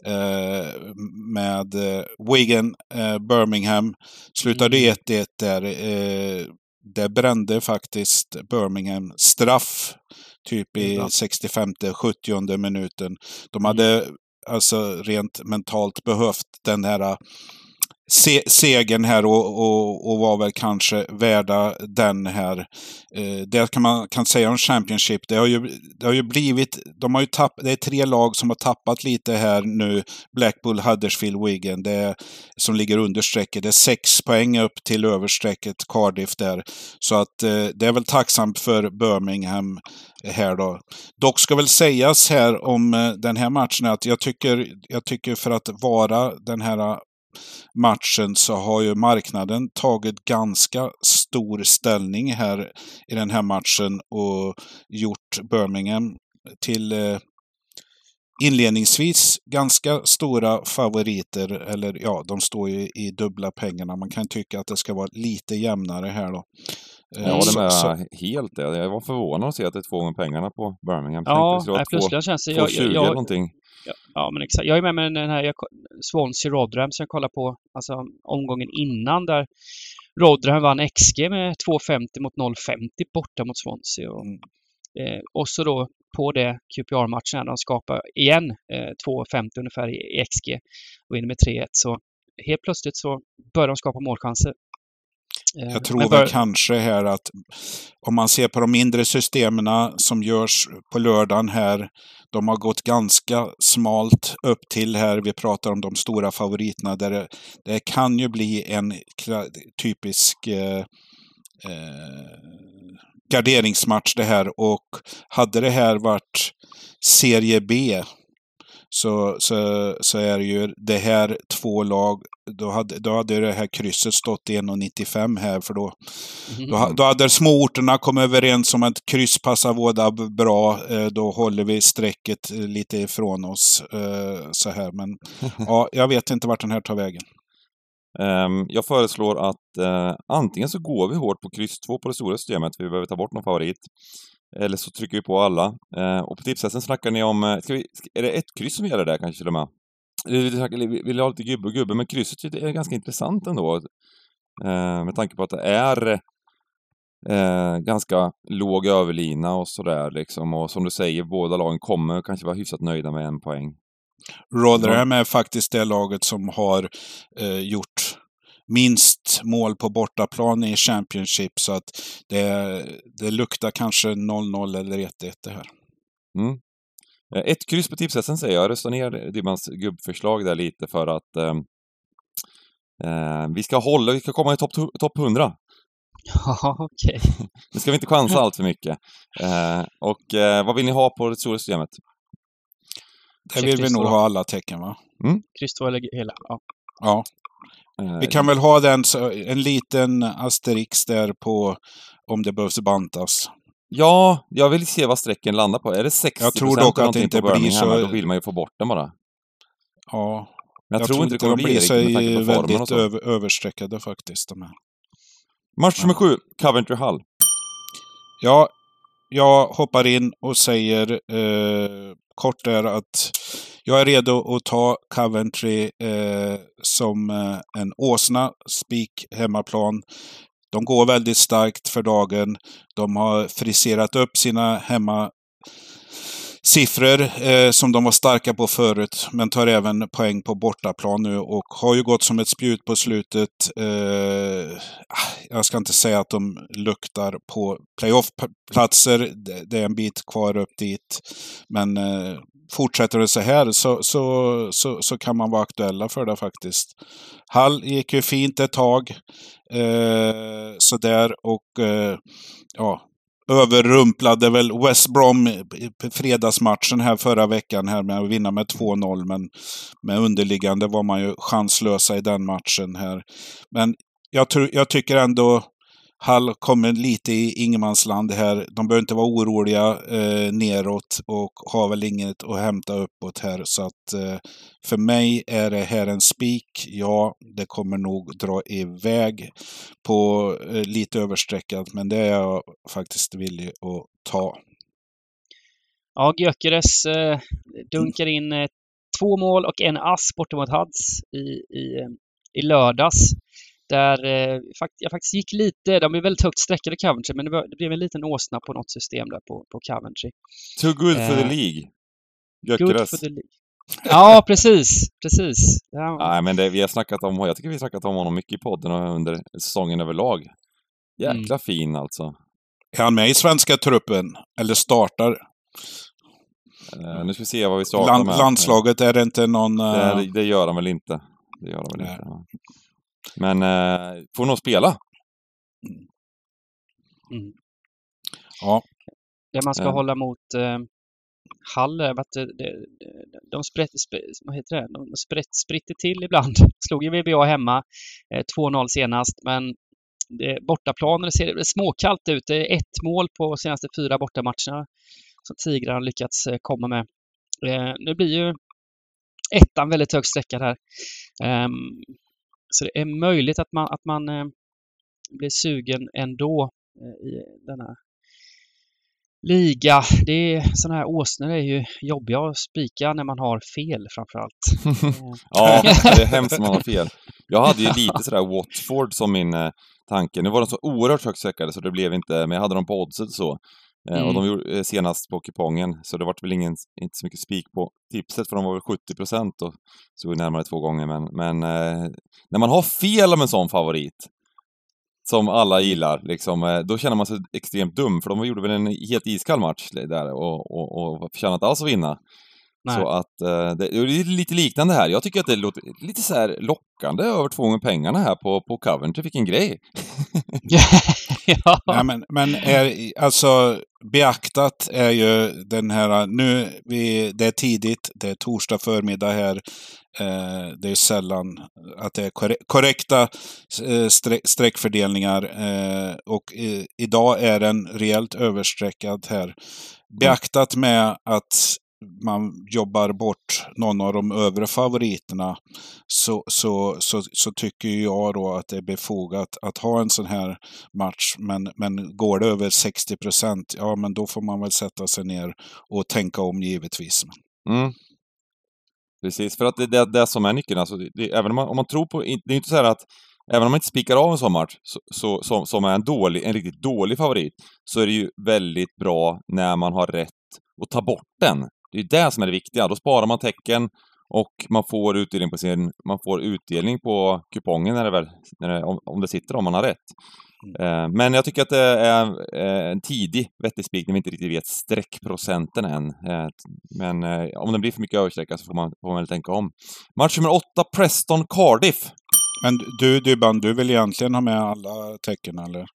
med Wigan, Birmingham. Slutade 1-1 där. Det brände faktiskt Birmingham straff typ i 65-70 minuten. De hade alltså rent mentalt behövt den här segern här och var väl kanske värda den här. Det man kan säga om Championship. Det har ju blivit, det är 3 lag som har tappat lite här nu. Blackpool, Huddersfield, Wigan. Det som ligger under strecket. Det är 6 poäng upp till överstrecket Cardiff där. Så att det är väl tacksamt för Birmingham här då. Dock ska väl sägas här om den här matchen att jag tycker för att vara den här matchen så har ju marknaden tagit ganska stor ställning här i den här matchen och gjort Birmingham till inledningsvis ganska stora favoriter, eller ja, de står ju i dubbla pengarna. Man kan tycka att det ska vara lite jämnare här då. Jag håller med helt det. Jag var förvånad att se att det är 2 gånger pengarna på Birmingham. Ja, plötsligt känns det... 2,20 eller någonting. Ja, men exakt. Jag är med den här Swansea Rotherham som jag kollar på alltså omgången innan där Rotherham vann XG med 2,50 mot 0,50 borta mot Swansea. Och så då på det QPR-matchen när de skapar igen 2,50 ungefär i XG och vinner med 3-1. Så helt plötsligt så börjar de skapa målchanser. Jag tror väl kanske här att om man ser på de mindre systemen som görs på lördagen här, de har gått ganska smalt upp till här. Vi pratar om de stora favoriterna där det kan ju bli en typisk garderingsmatch det här, och hade det här varit serie B så är ju det här 2 lag, då hade det här krysset stått 1,95 här, för då hade småorterna kommit överens om att kryss passar båda bra, då håller vi strecket lite ifrån oss så här, men ja, jag vet inte vart den här tar vägen. Jag föreslår att antingen så går vi hårt på kryss 2 på det stora systemet, vi behöver ta bort någon favorit. Eller så trycker vi på alla. Och på tipsen snackar ni om... är det ett kryss som gäller där kanske till och med? Vi vill ha lite gubbe, men krysset är ganska intressant ändå. Med tanke på att det är ganska låg överlina och sådär liksom. Och som du säger, båda lagen kommer kanske vara hyfsat nöjda med 1 poäng. Rotherham är faktiskt det laget som har gjort minst mål på bortaplan i Championship, så att det luktar kanske 0-0 eller 1-1 det här. Ett kryss på tipsen säger jag. Rösta ner Dibbans gubbförslag där lite för att vi ska komma i topp 100. Ja, okej. Nu ska vi inte chansa allt för mycket. Vad vill ni ha på det stora systemet? Det vill vi nog ha alla tecken, va? Kryss 2 eller hela. Ja. Ja. Vi kan väl ha en liten asterix där på om det behövs bantas. Ja, jag vill se vad strecken landar på. Är det 60% jag tror dock att det inte blir så... Då vill man ju få bort den bara. Ja. Men jag tror inte det kommer bli så väldigt överstreckade faktiskt. De här. Match nummer 7, Coventry Hull. Ja, jag hoppar in och säger kort är att jag är redo att ta Coventry som en åsna, spik hemmaplan. De går väldigt starkt för dagen. De har friserat upp sina hemmasiffror som de var starka på förut. Men tar även poäng på bortaplan nu och har ju gått som ett spjut på slutet. Jag ska inte säga att de luktar på playoff-platser. Det är en bit kvar upp dit. Men fortsätter det så här så kan man vara aktuella för det faktiskt. Hull gick ju fint ett tag. Sådär och ja, överrumplade väl West Brom i fredagsmatchen här förra veckan här med att vinna med 2-0, men med underliggande var man ju chanslösa i den matchen här. Men jag tycker ändå Hull kommer lite i ingenmansland här. De behöver inte vara oroliga neråt och har väl inget att hämta uppåt här. Så att för mig är det här en spik. Ja, det kommer nog dra iväg på lite överstreckat. Men det är jag faktiskt villig att ta. Ja, Gyökeres dunkar in 2 mål och en ass borta mot Huds i lördags. Där jag faktiskt gick lite, de är väldigt högt sträckade Coventry, men det blev en liten åsna på något system där på Coventry. Too good for the League. Gyökeres. Ja, precis. Ja. Nej, men jag tycker vi har snackat om honom mycket i podden och under säsongen överlag. Jäkla fin alltså. Är han med i svenska truppen? Eller startar? Nu ska vi se vad vi startar med. Landslaget, är det inte någon... Det gör han väl inte. Ja. Men får nog spela. Ja. Det man ska hålla mot Hull är att de spritter till ibland. Slog ju VBA hemma 2-0 senast, men bortaplanen ser det småkallt ut. Det är 1 mål på senaste 4 bortamatcherna som Tigrarna har lyckats komma med. Nu blir ju ettan väldigt högt sträckad här. Så det är möjligt att man blir sugen ändå i denna liga. Sådana här åsnor är ju jobbiga att spika när man har fel framförallt. Ja, det är hemskt när man har fel. Jag hade ju lite sådär Watford som min tanke. Nu var de så oerhört högt sträckade så det blev inte, men jag hade dem på oddset så. Och de gjorde senast på kupongen, så det var väl inte så mycket spik på tipset, för de var väl 70% och så närmare 2 gånger. Men när man har fel om en sån favorit som alla gillar, liksom, då känner man sig extremt dum, för de gjorde väl en helt iskall match där och förtjänade inte alls att vinna. Nej. Så att det är lite liknande här. Jag tycker att det låter lite så här lockande över 2 gånger pengarna här på Coventry. Vilken grej! Ja. Ja, men alltså beaktat är ju den här, det är tidigt, det är torsdag förmiddag här. Det är sällan att det är korrekta streckfördelningar och idag är den rejält överstreckad här. Beaktat med att man jobbar bort någon av de övre favoriterna så tycker jag då att det är befogat att ha en sån här match, men går det över 60%, ja men då får man väl sätta sig ner och tänka om givetvis. Precis, för att det är det som är nyckeln. Alltså även om man tror på, det är inte så här att även om man inte spikar av en sån match som är en riktigt dålig favorit, så är det ju väldigt bra när man har rätt att ta bort den. Det är det som är det viktiga. Då sparar man tecken och man får utdelning på kupongen om det sitter, om man har rätt. Men jag tycker att det är en tidig vettig spik när vi inte riktigt vet streckprocenten än. Men om det blir för mycket översträcka så får man väl tänka om. Match nummer 8, Preston Cardiff. Men du vill egentligen ha med alla tecken, eller?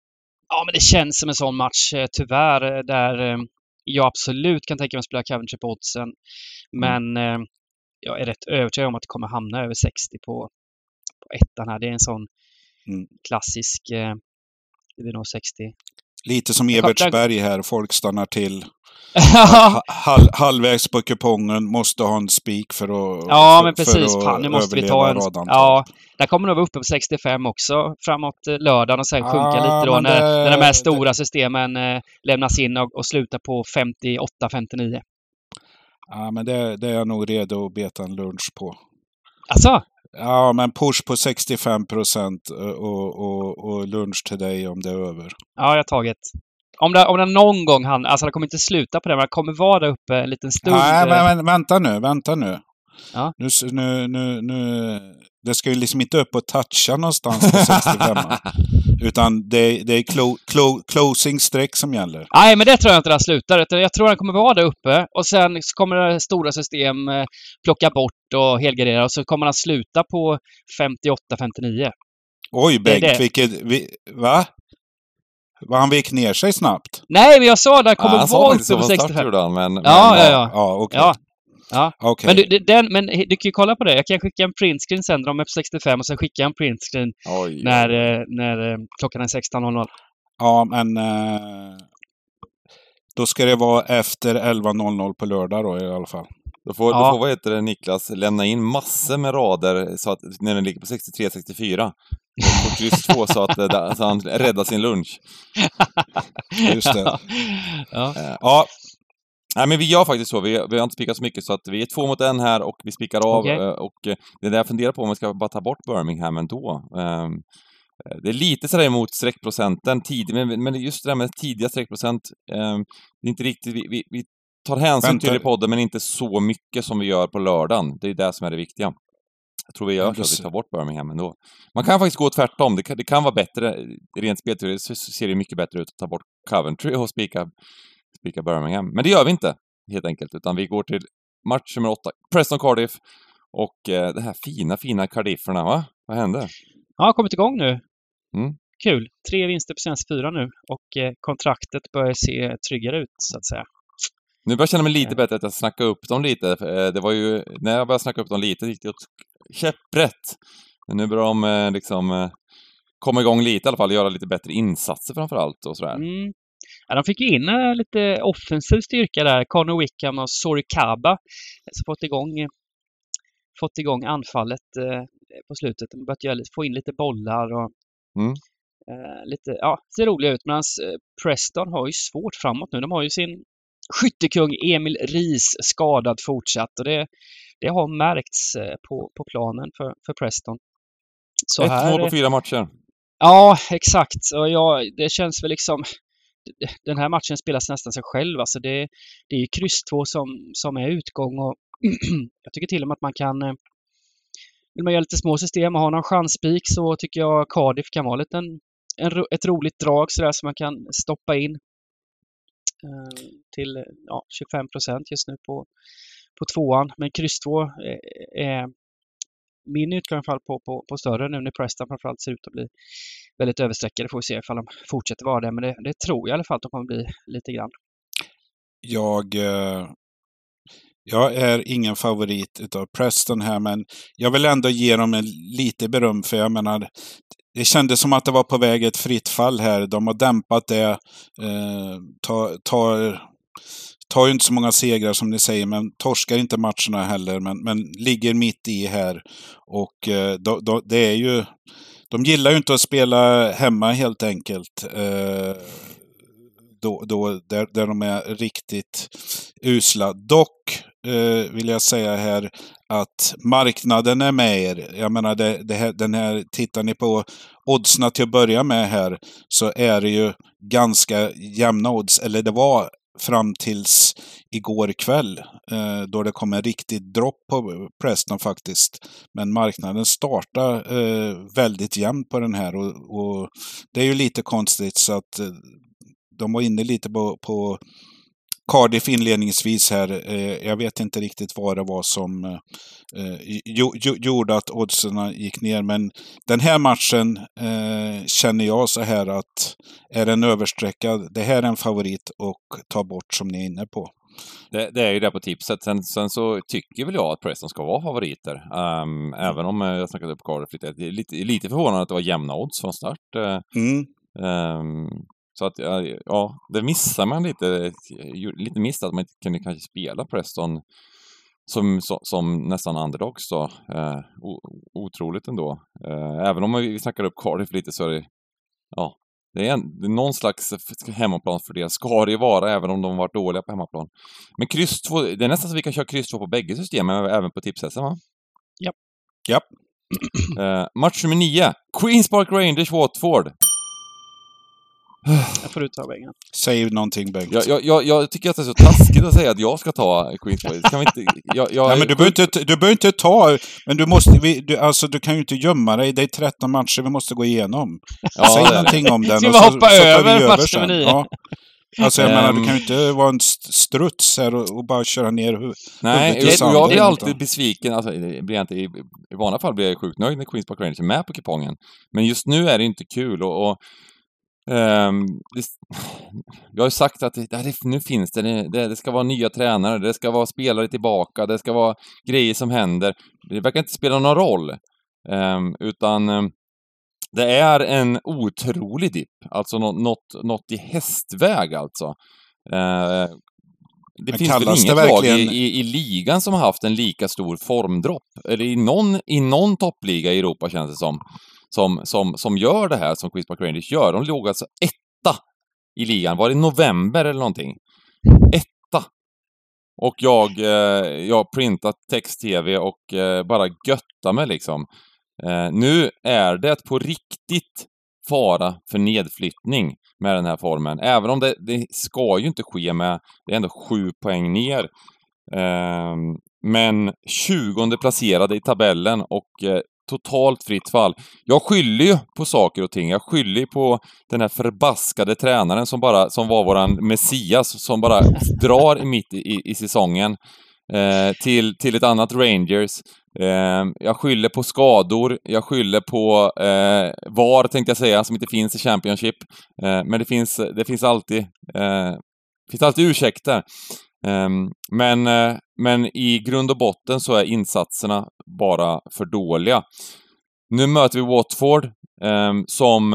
Ja, men det känns som en sån match tyvärr där jag absolut kan tänka mig att spela Coventry på oddsen. Men jag är rätt övertygad om att det kommer hamna över 60 på ettan här. Det är en sån klassisk, det blir nog 60. Lite som Evertsberg här, folk stannar till. Halvvägs på kupongen, måste ha en spik för att ja, men precis. Nu måste vi ta en... radan. Ja, där kommer nog vara uppe på 65 också framåt lördagen och sen sjunka lite då när de här stora systemen lämnas in och slutar på 58-59. Ja, men det är jag nog redo att beta en lunch på. Alltså? Ja, men push på 65% och lunch till dig om det är över. Ja, jag har tagit. Om det någon gång alltså det kommer inte sluta på det, men det kommer vara där uppe en liten stund. Nej, men vänta nu. Ja. Nu, det ska ju liksom inte upp och toucha någonstans på 65. Utan det är closing streck som gäller. Nej, men det tror jag inte det slutar. Jag tror den kommer vara där uppe. Och sen så kommer det stora system plocka bort och helgardera. Och så kommer den sluta på 58-59. Oj, Bengt, va? Han vek ner sig snabbt. Nej, men jag sa det kommer vara uppe på 65. Ja, okej. Ja. Okay. Men du kan ju kolla på det. Jag kan skicka en printscreen sen när de är på 65 och sen skicka en printscreen när klockan är 16.00. Ja, men då ska det vara efter 11.00 på lördag då i alla fall. Då får vad heter det, Niklas lämna in massor med rader så att när den ligger på 63-64 på kryss 2 så att han räddar sin lunch. Just det. Ja. Nej, men vi gör faktiskt så. Vi har inte spikat så mycket så att vi är 2 mot 1 här och vi spikar av. Okay. Och det där jag funderar på om vi ska bara ta bort Birmingham ändå. Det är lite sådär emot streckprocenten men just det där med tidiga streckprocent, det är inte riktigt, vi tar hänsyn till det i podden men inte så mycket som vi gör på lördagen. Det är det som är det viktiga. Jag tror vi gör så att vi tar bort Birmingham ändå. Man kan faktiskt gå tvärtom. Det kan vara bättre. Rent spelteoretiskt så ser det mycket bättre ut att ta bort Coventry och spika Birmingham. Men det gör vi inte, helt enkelt. Utan vi går till match nummer 8. Preston Cardiff. Och det här fina Cardifferna, va? Vad hände? Ja, kommit igång nu. Mm. Kul. 3 vinster på senaste 4 nu. Och kontraktet börjar se tryggare ut, så att säga. Nu börjar jag känna mig lite bättre att jag snackar upp dem lite. Det var ju, när jag började snacka upp dem lite, gick det åt käpprätt. Men nu börjar de liksom komma igång lite i alla fall. Göra lite bättre insatser framförallt och sådär. Mm. Ja, de fick ju in lite offensiv styrka där. Connor Wickham och Sorikaba. Så fått igång anfallet på slutet. De börjat få in lite bollar och ser roliga ut. Medan Preston har ju svårt framåt nu. De har ju sin skyttekung Emil Ries skadad fortsatt. Och det har märkts på planen för Preston. 1 mål på 4 matcher. Ja, exakt. Och det känns väl liksom... Den här matchen spelas nästan sig själv. Alltså det är ju kryss 2 som är utgång. Och jag tycker till och med att man kan... Vill man göra lite små system och ha någon chanspik så tycker jag Cardiff kan vara ett roligt drag sådär som man kan stoppa in till 25% just nu på 2:an. Men kryss 2 är min utgång i alla fall på större nu när Preston framförallt ser ut att bli väldigt översträckade. Får vi se ifall de fortsätter vara det. Men det tror jag i alla fall att de kommer bli lite grann. Jag är ingen favorit utav Preston här, men jag vill ändå ge dem lite beröm, för jag menar, det kändes som att det var på väg ett fritt fall här. De har dämpat det, tar ju inte så många segrar som ni säger, men torskar inte matcherna heller, men ligger mitt i här. Och det är ju, de gillar ju inte att spela hemma helt enkelt. Där de är riktigt usla. Dock vill jag säga här att marknaden är med er. Jag menar, den här, tittar ni på oddsna till att börja med här, så är det ju ganska jämna odds. Eller det var fram tills igår kväll då det kom en riktigt dropp på Preston faktiskt. Men marknaden startar väldigt jämnt på den här, och det är ju lite konstigt, så att de var inne lite på Cardiff inledningsvis här. Jag vet inte riktigt vad det var som gjorde att oddsen gick ner. Men den här matchen känner jag så här att är den översträckad, det här är en favorit och ta bort som ni är inne på. Det är ju det på tipset. Sen så tycker väl jag att Preston ska vara favoriter. Även om jag snackat upp Cardiff lite. Det är lite förvånande att det var jämna odds från start. Så att, ja, det missar man lite. Lite missat att man inte kunde kanske spela Preston som nästan underdogs då. Otroligt ändå. Även om vi snackar upp Cardiff lite så är det, ja, det är någon slags hemmaplan för det. Ska det vara, även om de varit dåliga på hemmaplan. Men kryss 2, det är nästan så vi kan köra kryss 2 på bägge systemen, även på tipshästen, va? Ja. Match nummer 9. Queens Park Rangers Watford. Jag får ta vägen. Säg någonting, Bengt. Jag tycker att det är så taskigt att säga att jag ska ta Queens Park. Kan vi inte... Nej, men du behöver inte ta... Men du måste... du kan ju inte gömma dig. Det är 13 matcher vi måste gå igenom. Ja, säg någonting om den. Ska vi hoppa över match nummer 9? Ja. Alltså jag menar, du kan ju inte vara en struts här och bara köra ner Nej, jag blir alltid besviken. Alltså, blir jag inte, i vanliga fall blir jag sjukt nöjd när Queens Park Rangers är med på kupongen. Men just nu är det inte kul och jag har ju sagt att nu finns det ska vara nya tränare, det ska vara spelare tillbaka, det ska vara grejer som händer. Det verkar inte spela någon roll, utan det är en otrolig dipp, alltså något i hästväg alltså. Det finns väl inget lag i ligan som har haft en lika stor formdropp, eller i någon toppliga i Europa känns det som gör det här som Queens Park Rangers gör. De låg alltså 1 i ligan. Var det i november eller någonting? 1. Och jag printat text-tv och bara götta mig liksom. Nu är det på riktigt fara för nedflyttning med den här formen. Även om det ska ju inte ske med, det är ändå 7 poäng ner. Men 20:e placerade i tabellen och totalt fritt fall. Jag skyller ju på saker och ting. Jag skyller ju på den här förbaskade tränaren som var våran Messias, som bara drar mitt i säsongen till ett annat Rangers. Jag skyller på skador. Jag skyller på VAR, tänkte jag säga, som inte finns i Championship. Men det finns alltid ursäkter. Men i grund och botten så är insatserna bara för dåliga. Nu möter vi Watford som...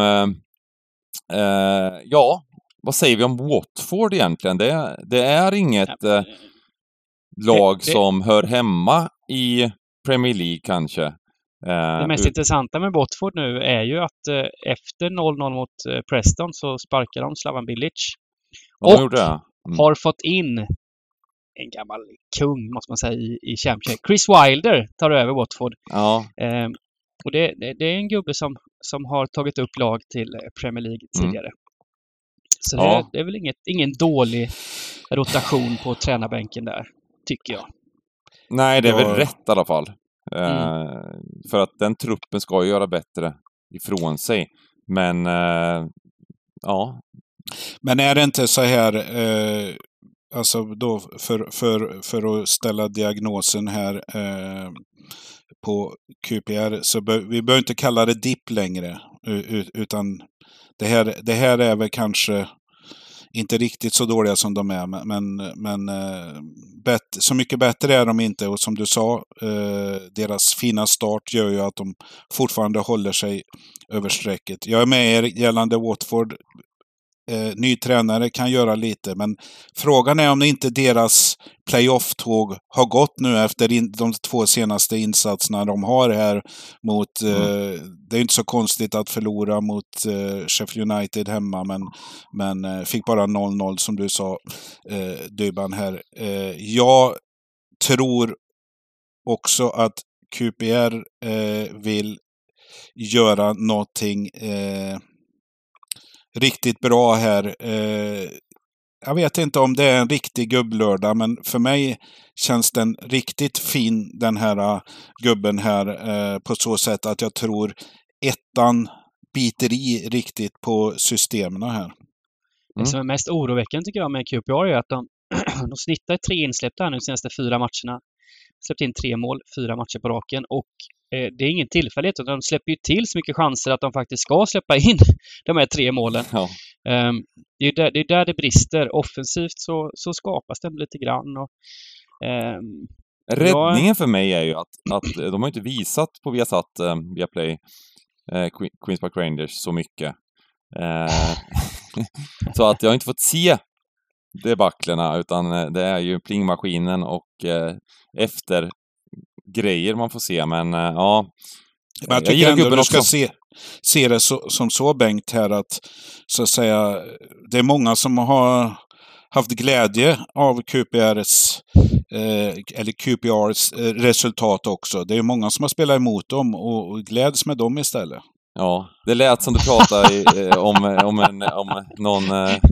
ja, vad säger vi om Watford egentligen? Det är inget lag som hör hemma i Premier League kanske. Det mest intressanta med Watford nu är ju att efter 0-0 mot Preston så sparkar de Slavan Bilic. Och har fått in en gammal kung, måste man säga, i Championship. Chris Wilder tar över Watford. Ja. Och det är en gubbe som har tagit upp lag till Premier League tidigare. Så det är väl ingen dålig rotation på tränarbänken där, tycker jag. Nej, det är väl rätt i alla fall. För att den truppen ska göra bättre ifrån sig. Men ja. Men är det inte så här, alltså då för att ställa diagnosen här på QPR, så vi behöver inte kalla det dipp längre, utan det här är väl kanske inte riktigt så dåliga som de är, men så mycket bättre är de inte, och som du sa, deras fina start gör ju att de fortfarande håller sig över strecket. Jag är med er gällande Watford. Ny tränare kan göra lite, men frågan är om inte deras playoff-tåg har gått nu efter de 2 senaste insatserna de har här mot det är inte så konstigt att förlora mot Sheffield United hemma, men fick bara 0-0 som du sa, Dybban här. Jag tror också att QPR vill göra någonting riktigt bra här. Jag vet inte om det är en riktig gubblördag, men för mig känns den riktigt fin, den här gubben här, på så sätt att jag tror 1:an biter i riktigt på systemen här. Det som är mest oroväckande tycker jag med QPR är att De snittar 3 insläppta här nu de senaste 4 matcherna. Släppt in 3 mål, 4 matcher på raken. Och det är ingen tillfällighet. De släpper ju till så mycket chanser att de faktiskt ska släppa in de här 3 målen. Ja. Det är där det brister. Offensivt så skapas det lite grann. Och, räddningen för mig är ju att de har inte visat på Viasat, Viaplay, Queens Park Rangers så mycket. Så att jag har inte fått se debaclerna, utan det är ju plingmaskinen och efter grejer man får se, men ja. Men jag tycker ändå du ska se det som så, Bengt, här att så att säga, det är många som har haft glädje av QPRs resultat också. Det är många som har spelat emot dem och gläds med dem istället. Ja, det lät som du pratade om någon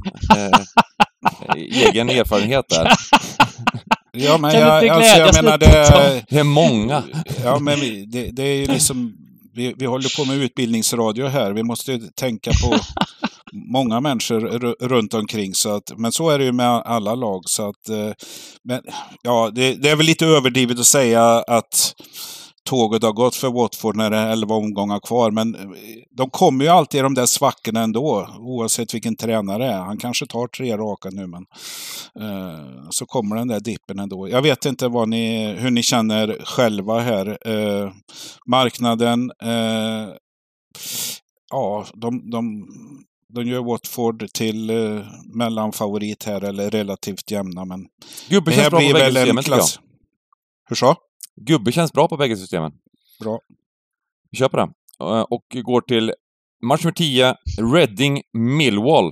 egen erfarenhet där. Ja, men jag menar det är många. Ja, men det är ju liksom vi håller på med utbildningsradio här. Vi måste ju tänka på många människor runt omkring, så att, men så är det ju med alla lag, så att men ja, det är väl lite överdrivet att säga att tåget har gått för Watford när det är 11 omgångar kvar, men de kommer ju alltid i de där svackorna ändå, oavsett vilken tränare det är. Han kanske tar 3 raka nu, men så kommer den där dippen ändå. Jag vet inte hur ni känner själva här. Marknaden, ja, de gör Watford till mellanfavorit här, eller relativt jämna, men Gubbe känns bra på bägge systemen, tycker jag. Hur så? Gubbe känns bra på bägge systemen. Bra. Vi köper den. Och går till match nummer 10, Reading Millwall.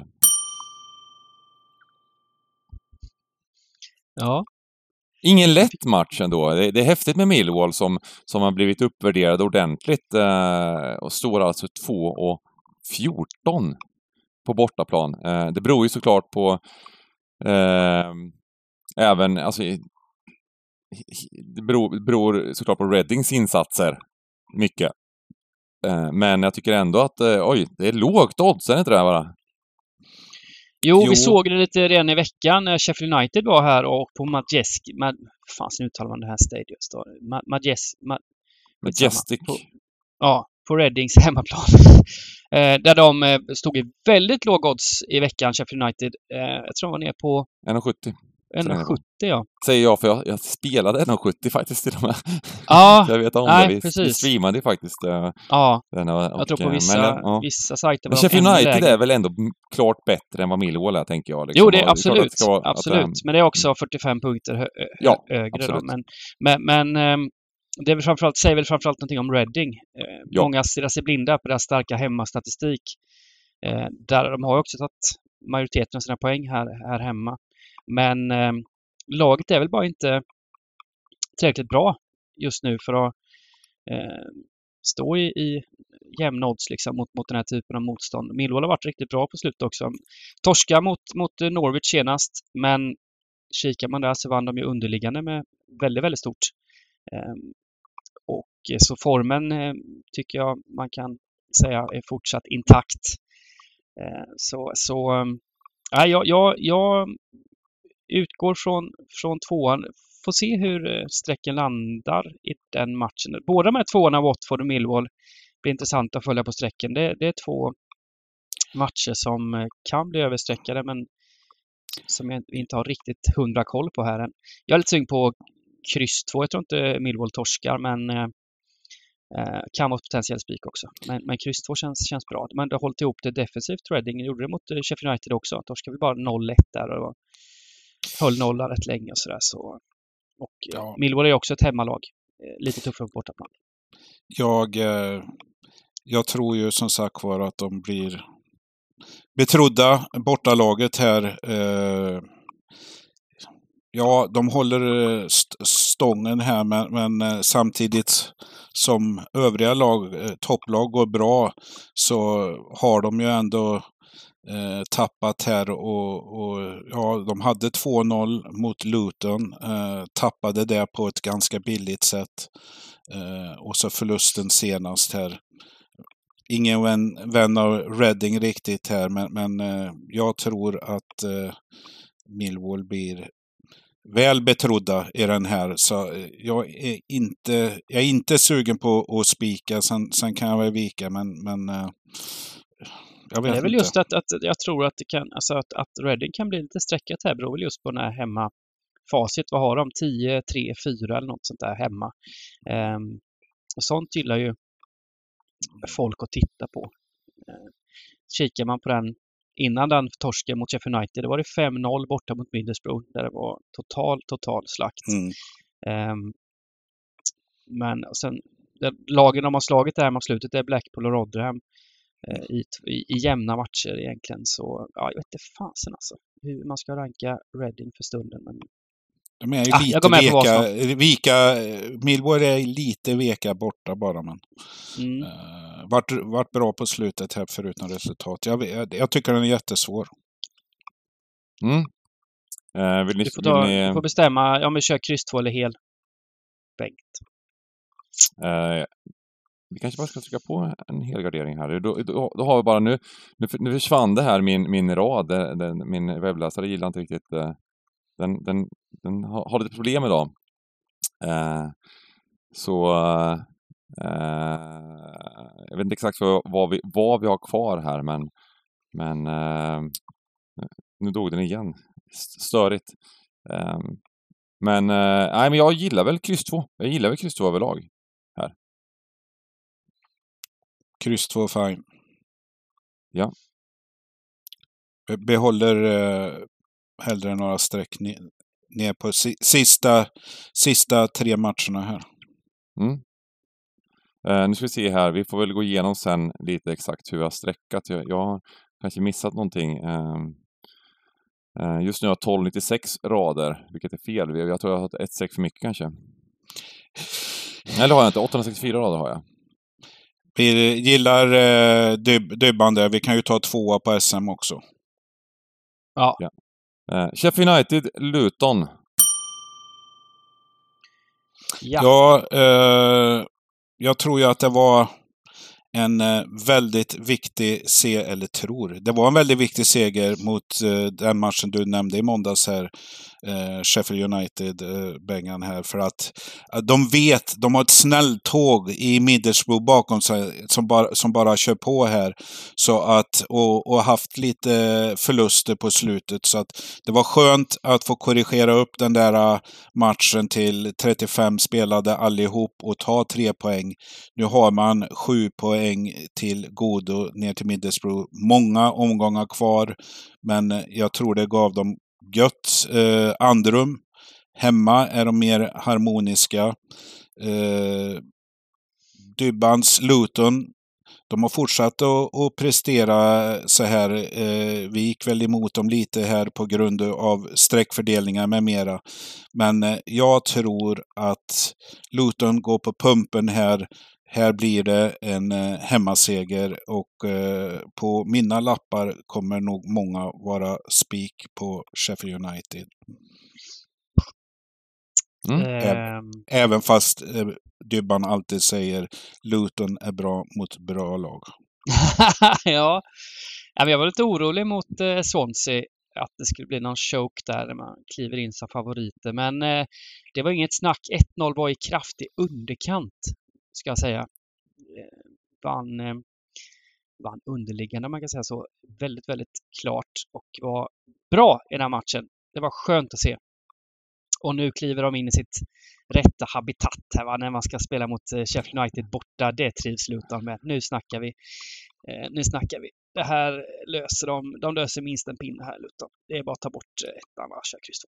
Ja. Ingen lätt match ändå. Det är häftigt med Millwall som har blivit uppvärderad ordentligt och står alltså 2-14 på bortaplan. Det beror ju såklart på även, alltså det beror såklart på Readings insatser mycket. Men jag tycker ändå att det är lågt odds, är det inte det bara? Jo, vi såg det lite redan i veckan när Sheffield United var här och på Majestic. Fan, uttalar man det här stadiet då? Majestic. På Readings hemmaplan. Där de stod i väldigt låg odds i veckan, Sheffield United. Jag tror de var nere på 1,70. 1,70, ja. Säger jag, för jag spelade 1,70 faktiskt till och med. Ja, jag vet om det. Vi streamade faktiskt. Ja, jag tror på vissa sajter. Men Sheffield United är väl ändå klart bättre än vad Millwall är, tänker jag. Liksom. Jo, det är absolut. Absolut. Men det är också 45 punkter högre. Då. Men det är väl säger väl framförallt någonting om Reading. Många stirrar sig blinda på deras starka hemmastatistik. Där de har också tagit majoriteten av sina poäng här hemma. Men laget är väl bara inte tillräckligt bra just nu för att stå i jämna odds liksom, mot den här typen av motstånd. Millwall har varit riktigt bra på slutet också. Torska mot Norwich senast, men kikar man där så vann de ju underliggande med väldigt, väldigt stort. Och så formen tycker jag man kan säga är fortsatt intakt. Jag utgår från tvåan. Får se hur sträcken landar i den matchen. Båda de här tvåorna, Watford och Millwall, blir intressant att följa på sträcken. Det är 2 matcher som kan bli översträckade, men som jag inte har riktigt 100 koll på här än. Jag är lite sugen på kryss 2. Jag tror inte Millwall torskar, men kan vara potentiell spik också. Men kryss 2 känns bra. Men det har hållit ihop det defensivt. Reading gjorde det mot Sheffield United också. Torskade vi bara 0-1 där och höll nolla rätt länge och sådär. Millwall är också ett hemmalag. Lite tuffare på bortaplan. Jag tror ju som sagt var att de blir betrodda, bortalaget här. Ja, de håller stången här, men samtidigt som övriga topplag går bra, så har de ju ändå tappat här och ja, de hade 2-0 mot Luton, tappade det på ett ganska billigt sätt, och så förlusten senast här. Ingen vän av Reading riktigt här, men jag tror att Millwall blir väl betrodda i den här. Så jag är inte sugen på att spika. Sen kan jag väl vika, men jag vet det är väl inte. just att jag tror att det kan, alltså att Reading kan bli lite sträckat här, beror väl just på den här hemmafacit. Vad har de? 10, 3, 4 eller något sånt där hemma. Och sånt gillar ju folk att titta på. Kikar man på den innan den torsken mot Sheffield United, det var det 5-0 borta mot Middlesbrough där det var total slakt. Men sen lagen de har slagit där mot slutet är Blackpool och Rotherham i jämna matcher egentligen. Så ja, jag vet inte fasen alltså hur man ska ranka Reading för stunden. Men de är ju lite veka. Millwall är lite veka borta bara, men vart bra på slutet här förutom resultat. Jag tycker den är jättesvår. Du får bestämma om vi kör kryss 2 eller hel. Bengt. Vi kanske bara ska trycka på en helgardering här. Då har vi bara nu försvann det här min rad. Min webbläsare gillar inte riktigt. Den har lite problem idag. Jag vet inte exakt vad vi har kvar här, men nu dog den igen. Störigt. Men jag gillar väl kryss 2. Jag gillar väl kryss 2 överlag här. Kryss 2 fine. Ja. Behåller hellre några streck ner på sista 3 matcherna här. Nu ska vi se här. Vi får väl gå igenom sen lite exakt hur jag har sträckat. Jag har kanske missat någonting. Just nu har jag 1296 rader, vilket är fel. Jag tror jag har ett streck för mycket kanske. Eller har jag inte? 864 rader har jag. Vi gillar Dybban där. Vi kan ju ta 2 på SM också. Ja. Sheffield United, Luton. Ja, jag tror ju att det var en väldigt viktig det var en väldigt viktig seger mot den matchen du nämnde i måndags här, Sheffield United, Bengan här, för att de har ett snälltåg i Middlesbrough bakom sig som bara kör på här, så att och haft lite förluster på slutet, så att det var skönt att få korrigera upp den där matchen till 35 spelade allihop och ta 3 poäng. Nu har man 7 poäng till godo ner till Middlesbrough. Många omgångar kvar, men jag tror det gav dem gött andrum. Hemma är de mer harmoniska. Dybbans Luton, de har fortsatt att prestera så här. Vi gick väl emot dem lite här på grund av sträckfördelningar med mera. Men jag tror att Luton går på pumpen här. Här blir det en hemmaseger och på mina lappar kommer nog många vara spik på Sheffield United. Även fast Dybban alltid säger Luton är bra mot bra lag. Ja, jag var lite orolig mot Swansea att det skulle bli någon choke där man kliver in som favoriter. Men det var inget snack. 1-0 var i kraftig underkant, ska jag säga. Vann underliggande, man kan säga så, väldigt, väldigt klart och var bra i den här matchen. Det var skönt att se. Och nu kliver de in i sitt rätta habitat här, va? När man ska spela mot Sheffield United borta. Det trivs Luton med. Nu snackar vi. Det här löser de löser minst en pinne här, Luton. Det är bara att ta bort ettan, va? Kör kryss 2.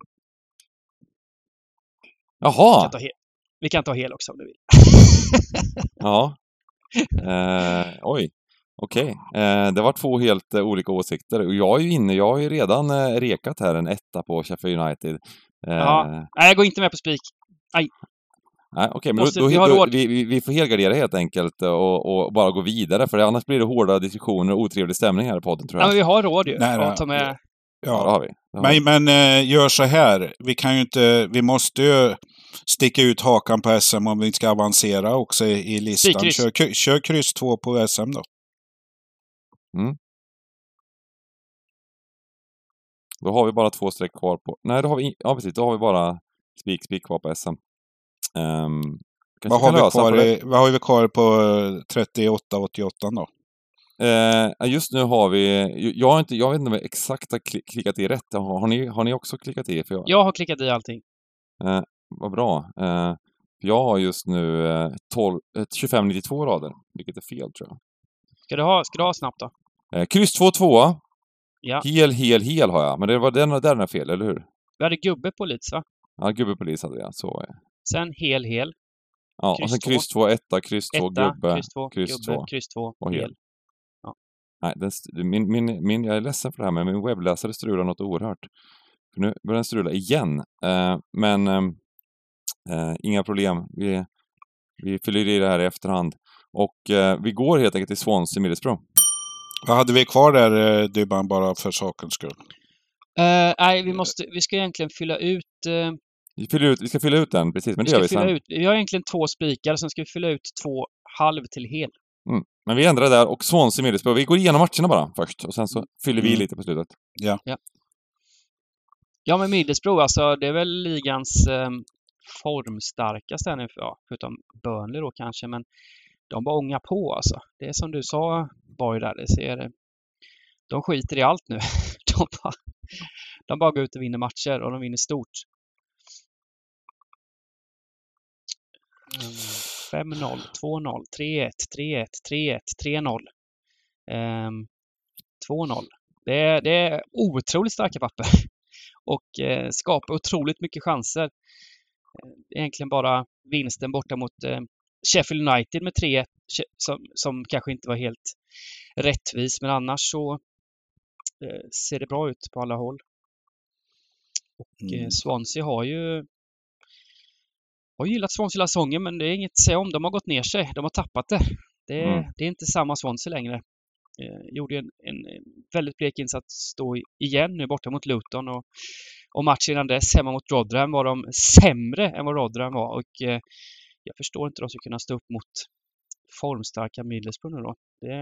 Jaha! Vi kan ta hel också om du vill. Ja. Oj. Okej. Det var 2 helt olika åsikter. Och jag har ju redan rekat här en etta på Sheffield United. Ja. Nej, jag går inte med på spik. Nej. Nej, okej, men vi får helgardera helt enkelt och bara gå vidare, för annars blir det hårda diskussioner och otrevlig stämning här i podden, tror jag. Ja, men vi har råd ju. Nej, ta med... Ja, det har vi. Men gör så här. Vi måste ju sticka ut hakan på SM om vi ska avancera också i listan. Kör kryss 2 på SM då. Då har vi bara 2 streck kvar på... Nej, då har vi... Ja, precis. Då har vi bara spik kvar på SM. Vad har vi kvar på 38-88 då? Just nu har vi... Jag vet inte om jag exakt har klickat i rätt. Har ni också klickat i? För jag har klickat i allting. Vad bra. Jag har just nu 2592 rader, vilket är fel tror jag. Ska du ha snabbt då? Kryss 2-2. Ja. Hel har jag. Men det var den är fel, eller hur? Vi hade gubbe på Leeds, va? Ja, gubbe på Leeds hade jag. Så är det. Sen hel. Ja, och sen kryss 2, 1, kryss 2, gubbe, kryss 2 och hel. Ja. Nej, jag är ledsen för det här, men min webbläsare strular något oerhört. För nu börjar den strula igen. Men inga problem. Vi fyller i det här i efterhand. Och vi går helt enkelt till Swansea Middlesbrough. Vad hade vi kvar där, Dybban, bara för sakens skull? Nej, vi ska egentligen fylla ut... Vi ska fylla ut den, precis. Men det gör vi sen. Vi har egentligen 2 spikar, sen ska vi fylla ut 2 halv till hel. Men vi ändrar där och Swansea Middlesbrough. Vi går igenom matcherna bara först. Och sen så fyller vi lite på slutet. Ja, men Middlesbrough, alltså, det är väl ligans formstarkaste här nu. Ja, förutom Burnley då kanske, men de bara ångar på alltså. Det är som du sa, Borg där. De skiter i allt nu. De bara går ut och vinner matcher och de vinner stort. 5-0, 2-0, 3-1, 3-1, 3-1, 3-0. 2-0. Det är otroligt starka papper. Och skapar otroligt mycket chanser. Egentligen bara vinsten borta mot Sheffield United med 3-1 som kanske inte var helt rättvis, men annars så ser det bra ut på alla håll. Och Swansea har gillat Swansea hela säsongen, men det är inget att säga om. De har gått ner sig. De har tappat det. Det är inte samma Swansea längre. Gjorde en väldigt blek insats då igen nu borta mot Luton och matchen innan dess hemma mot Rotherham var de sämre än vad Rotherham var, och jag förstår inte hur de ska kunna stå upp mot formstarka Middlesbrough nu då.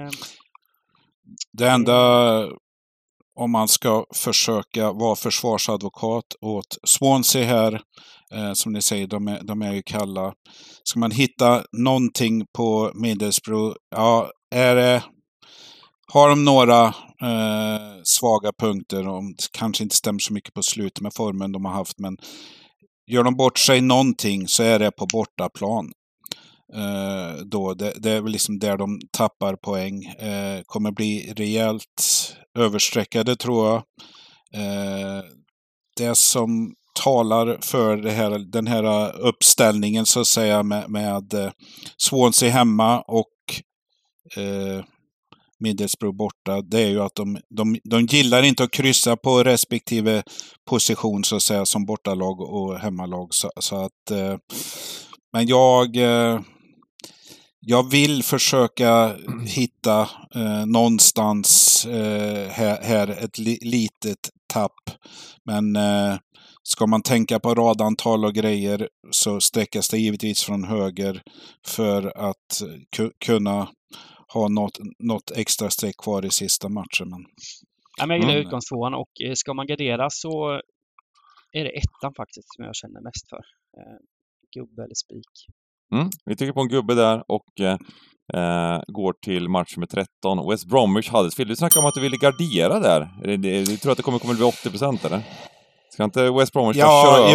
Det enda, om man ska försöka vara försvarsadvokat åt Swansea här, som ni säger, de är ju kalla. Ska man hitta någonting på Middlesbrough, ja, har de några svaga punkter, och kanske inte stämmer så mycket på slutet med formen de har haft, men gör de bort sig någonting så är det på bortaplan. Det är väl liksom där de tappar poäng. Kommer bli rejält översträckade, tror jag. Det som talar för den här uppställningen så att säga med Swansea hemma och Middlesbrough borta, det är ju att de gillar inte att kryssa på respektive position så att säga, som bortalag och hemmalag, så att men jag vill försöka hitta någonstans här ett litet tapp, men ska man tänka på radantal och grejer så sträckas det givetvis från höger för att kunna ha något extra streck kvar i sista matchen. Men jag gillar utgångstvåan, och ska man gardera så är det ettan faktiskt som jag känner mest för. Gubbe eller spik. Vi tycker på en gubbe där och går till match med 13. West Bromwich Huddersfield. Du snackade om att du ville gardera där. Du tror att det kommer bli 80% eller? Ska inte West Bromwich köra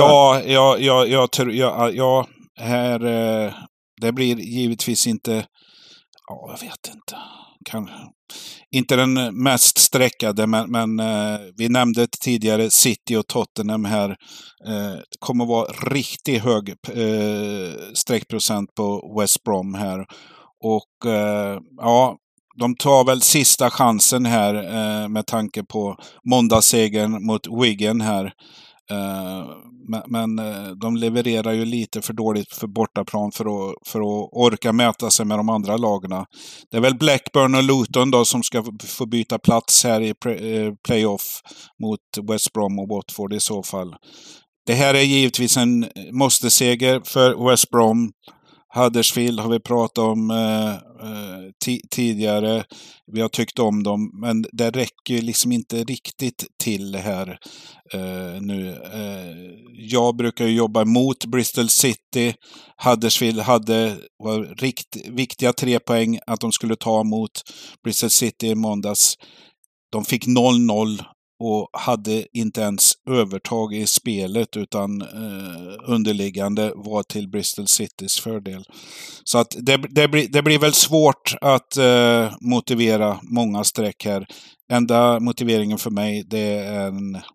över? Här det blir givetvis inte, jag vet inte. Inte den mest sträckade, men vi nämnde tidigare City och Tottenham här. Kommer vara riktigt hög sträckprocent på West Brom här. Och de tar väl sista chansen här med tanke på måndagssegern mot Wigan här. Men de levererar ju lite för dåligt för bortaplan för att orka mäta sig med de andra lagarna. Det är väl Blackburn och Luton då som ska få byta plats här i playoff mot West Brom och Watford i så fall. Det här är givetvis en måste-seger för West Brom. Huddersfield har vi pratat om tidigare. Vi har tyckt om dem, men det räcker liksom inte riktigt till här nu. Jag brukar ju jobba mot Bristol City. Huddersfield var viktiga 3 poäng att de skulle ta mot Bristol City i måndags. De fick 0-0 och hade inte ens övertag i spelet, utan underliggande var till Bristol Citys fördel. Så att det blir väl svårt att motivera många streck här. Enda motiveringen för mig, det är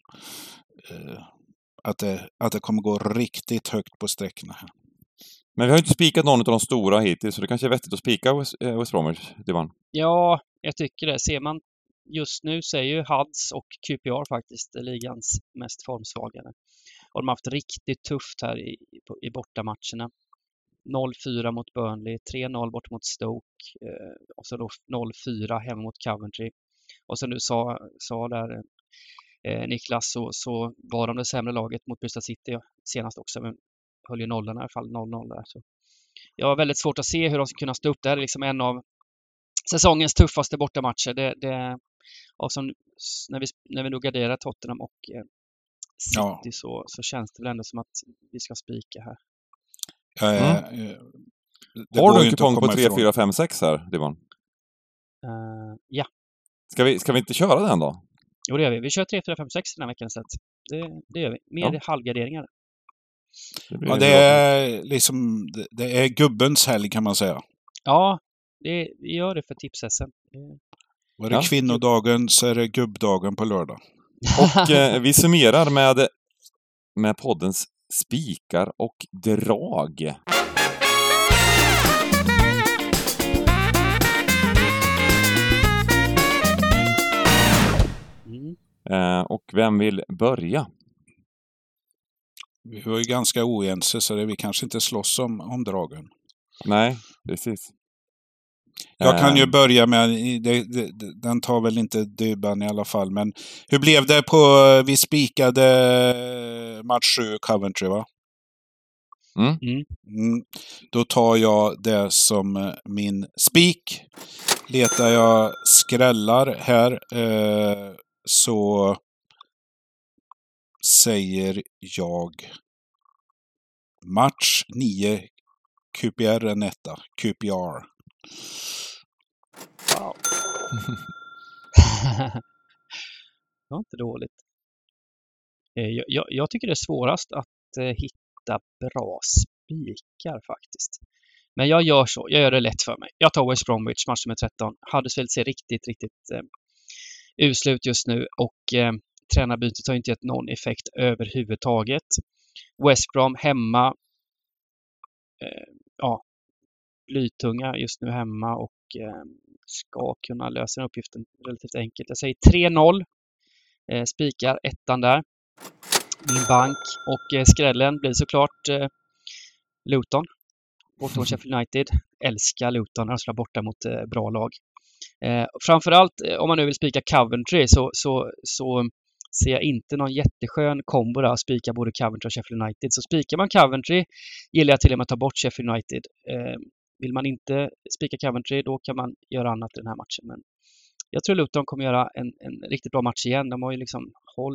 att det kommer gå riktigt högt på sträckorna här. Men vi har ju inte spikat någon av de stora hittills, så det kanske är vettigt att spika West Bromwich, Divan. Ja, jag tycker det. Ser man just nu så är ju Huds och QPR faktiskt ligans mest formsvagare. Och de har haft riktigt tufft här i bortamatcherna. 0-4 mot Burnley, 3-0 bort mot Stoke och så då 0-4 hemma mot Coventry. Och som du sa där Niklas, så var de det sämre laget mot Bristol City senast också, men höll ju nollan i alla fall, 0-0 där. Så jag har väldigt svårt att se hur de ska kunna stå upp. Det här är liksom en av säsongens tuffaste bortamatcher. Och som, när vi nog garderar Tottenham och City, så känns det väl ändå som att vi ska spika här. Har du en kupong på 3, 4, 5, 6 här, Divan? Ja. Ska vi inte köra den då? Jo, det gör vi. Vi kör 3, 4, 5, 6 den här veckan istället. Det gör vi. Med halvgarderingar. Ja, det är liksom, det är gubbens helg kan man säga. Ja, vi gör det för tipsessen. Var det kvinnodagen så är det gubbdagen på lördag. Och vi summerar med poddens spikar och drag. Och vem vill börja? Vi var ju ganska oense, så vi kanske inte slåss om dragen. Nej, precis. Jag kan ju börja med, den tar väl inte Dybban i alla fall, men hur blev det vi spikade match 7 Coventry, va? Då tar jag det som min spik. Letar jag skrällar här så säger jag match 9 QPR en etta. QPR. Wow. Det var inte dåligt. Jag tycker det är svårast att hitta bra spikar faktiskt. Men jag gör det lätt för mig. Jag tar West Bromwich, match nummer 13. Huddersfield ser riktigt uslut just nu och tränarbytet har inte gett någon effekt överhuvudtaget. West Brom hemma, blytunga just nu hemma och ska kunna lösa den uppgiften relativt enkelt. Jag säger 3-0, spikar ettan där, min bank, och skrällen blir såklart Luton borta mot Sheffield United. Älskar Luton när de slår borta mot bra lag. Framförallt om man nu vill spika Coventry så ser jag inte någon jätteskön kombo där att spika både Coventry och Sheffield United. Så spikar man Coventry gillar jag till och med att ta bort Sheffield United. Vill man inte spika Coventry, då kan man göra annat i den här matchen. Men jag tror Luton kommer göra en riktigt bra match igen. De har ju liksom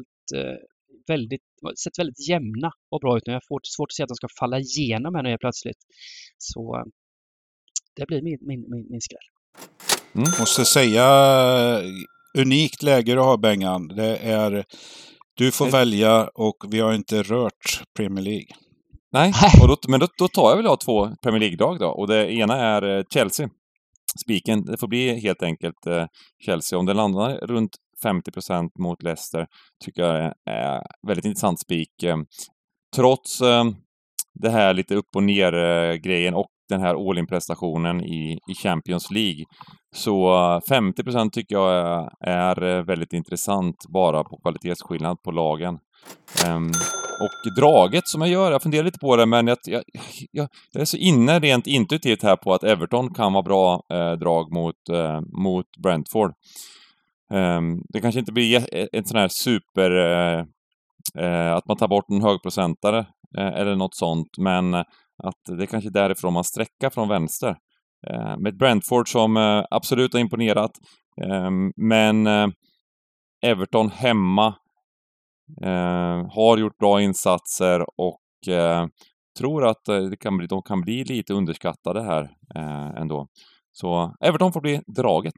sett väldigt jämna och bra ut nu. Jag får svårt att se att de ska falla igenom här nu plötsligt. Så det blir min skräll. Måste säga, unikt läge du har, Bengan. Det är, du får välja och vi har inte rört Premier League. Nej, men då tar jag väl 2 Premier League-drag då. Och det ena är Chelsea. Spiken, det får bli helt enkelt Chelsea. Om det landar runt 50% mot Leicester tycker jag är väldigt intressant spik. Trots det här lite upp och ner grejen och den här all-in-prestationen i Champions League, så 50% tycker jag är väldigt intressant bara på kvalitetsskillnad på lagen. Och draget som jag funderar lite på det, men jag är så inne rent intuitivt här på att Everton kan vara bra drag mot Brentford. Det kanske inte blir en sån här super att man tar bort en högprocentare eller något sånt, men att det är kanske därifrån man sträcker från vänster. Med Brentford som absolut har imponerat, men Everton hemma har gjort bra insatser och tror att de kan bli lite underskattade här ändå. Så Everton får bli draget.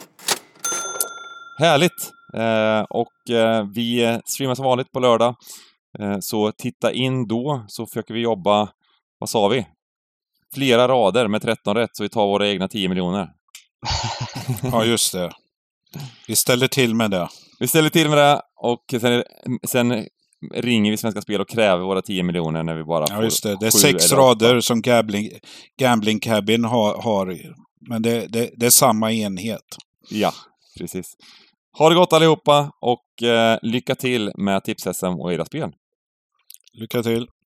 Härligt! Vi streamar som vanligt på lördag. Så titta in då, så försöker vi jobba, vad sa vi? Flera rader med 13 rätt, så vi tar våra egna 10 miljoner. Ja, just det. Vi ställer till med det. Vi ställer till med det, och sen ringer vi Svenska Spel och kräver våra 10 miljoner när vi bara får... Ja, just det. Det är 6 rader som Gambling Cabin har. Men det är samma enhet. Ja, precis. Ha det gott allihopa, och lycka till med Tips-SM och era spel. Lycka till!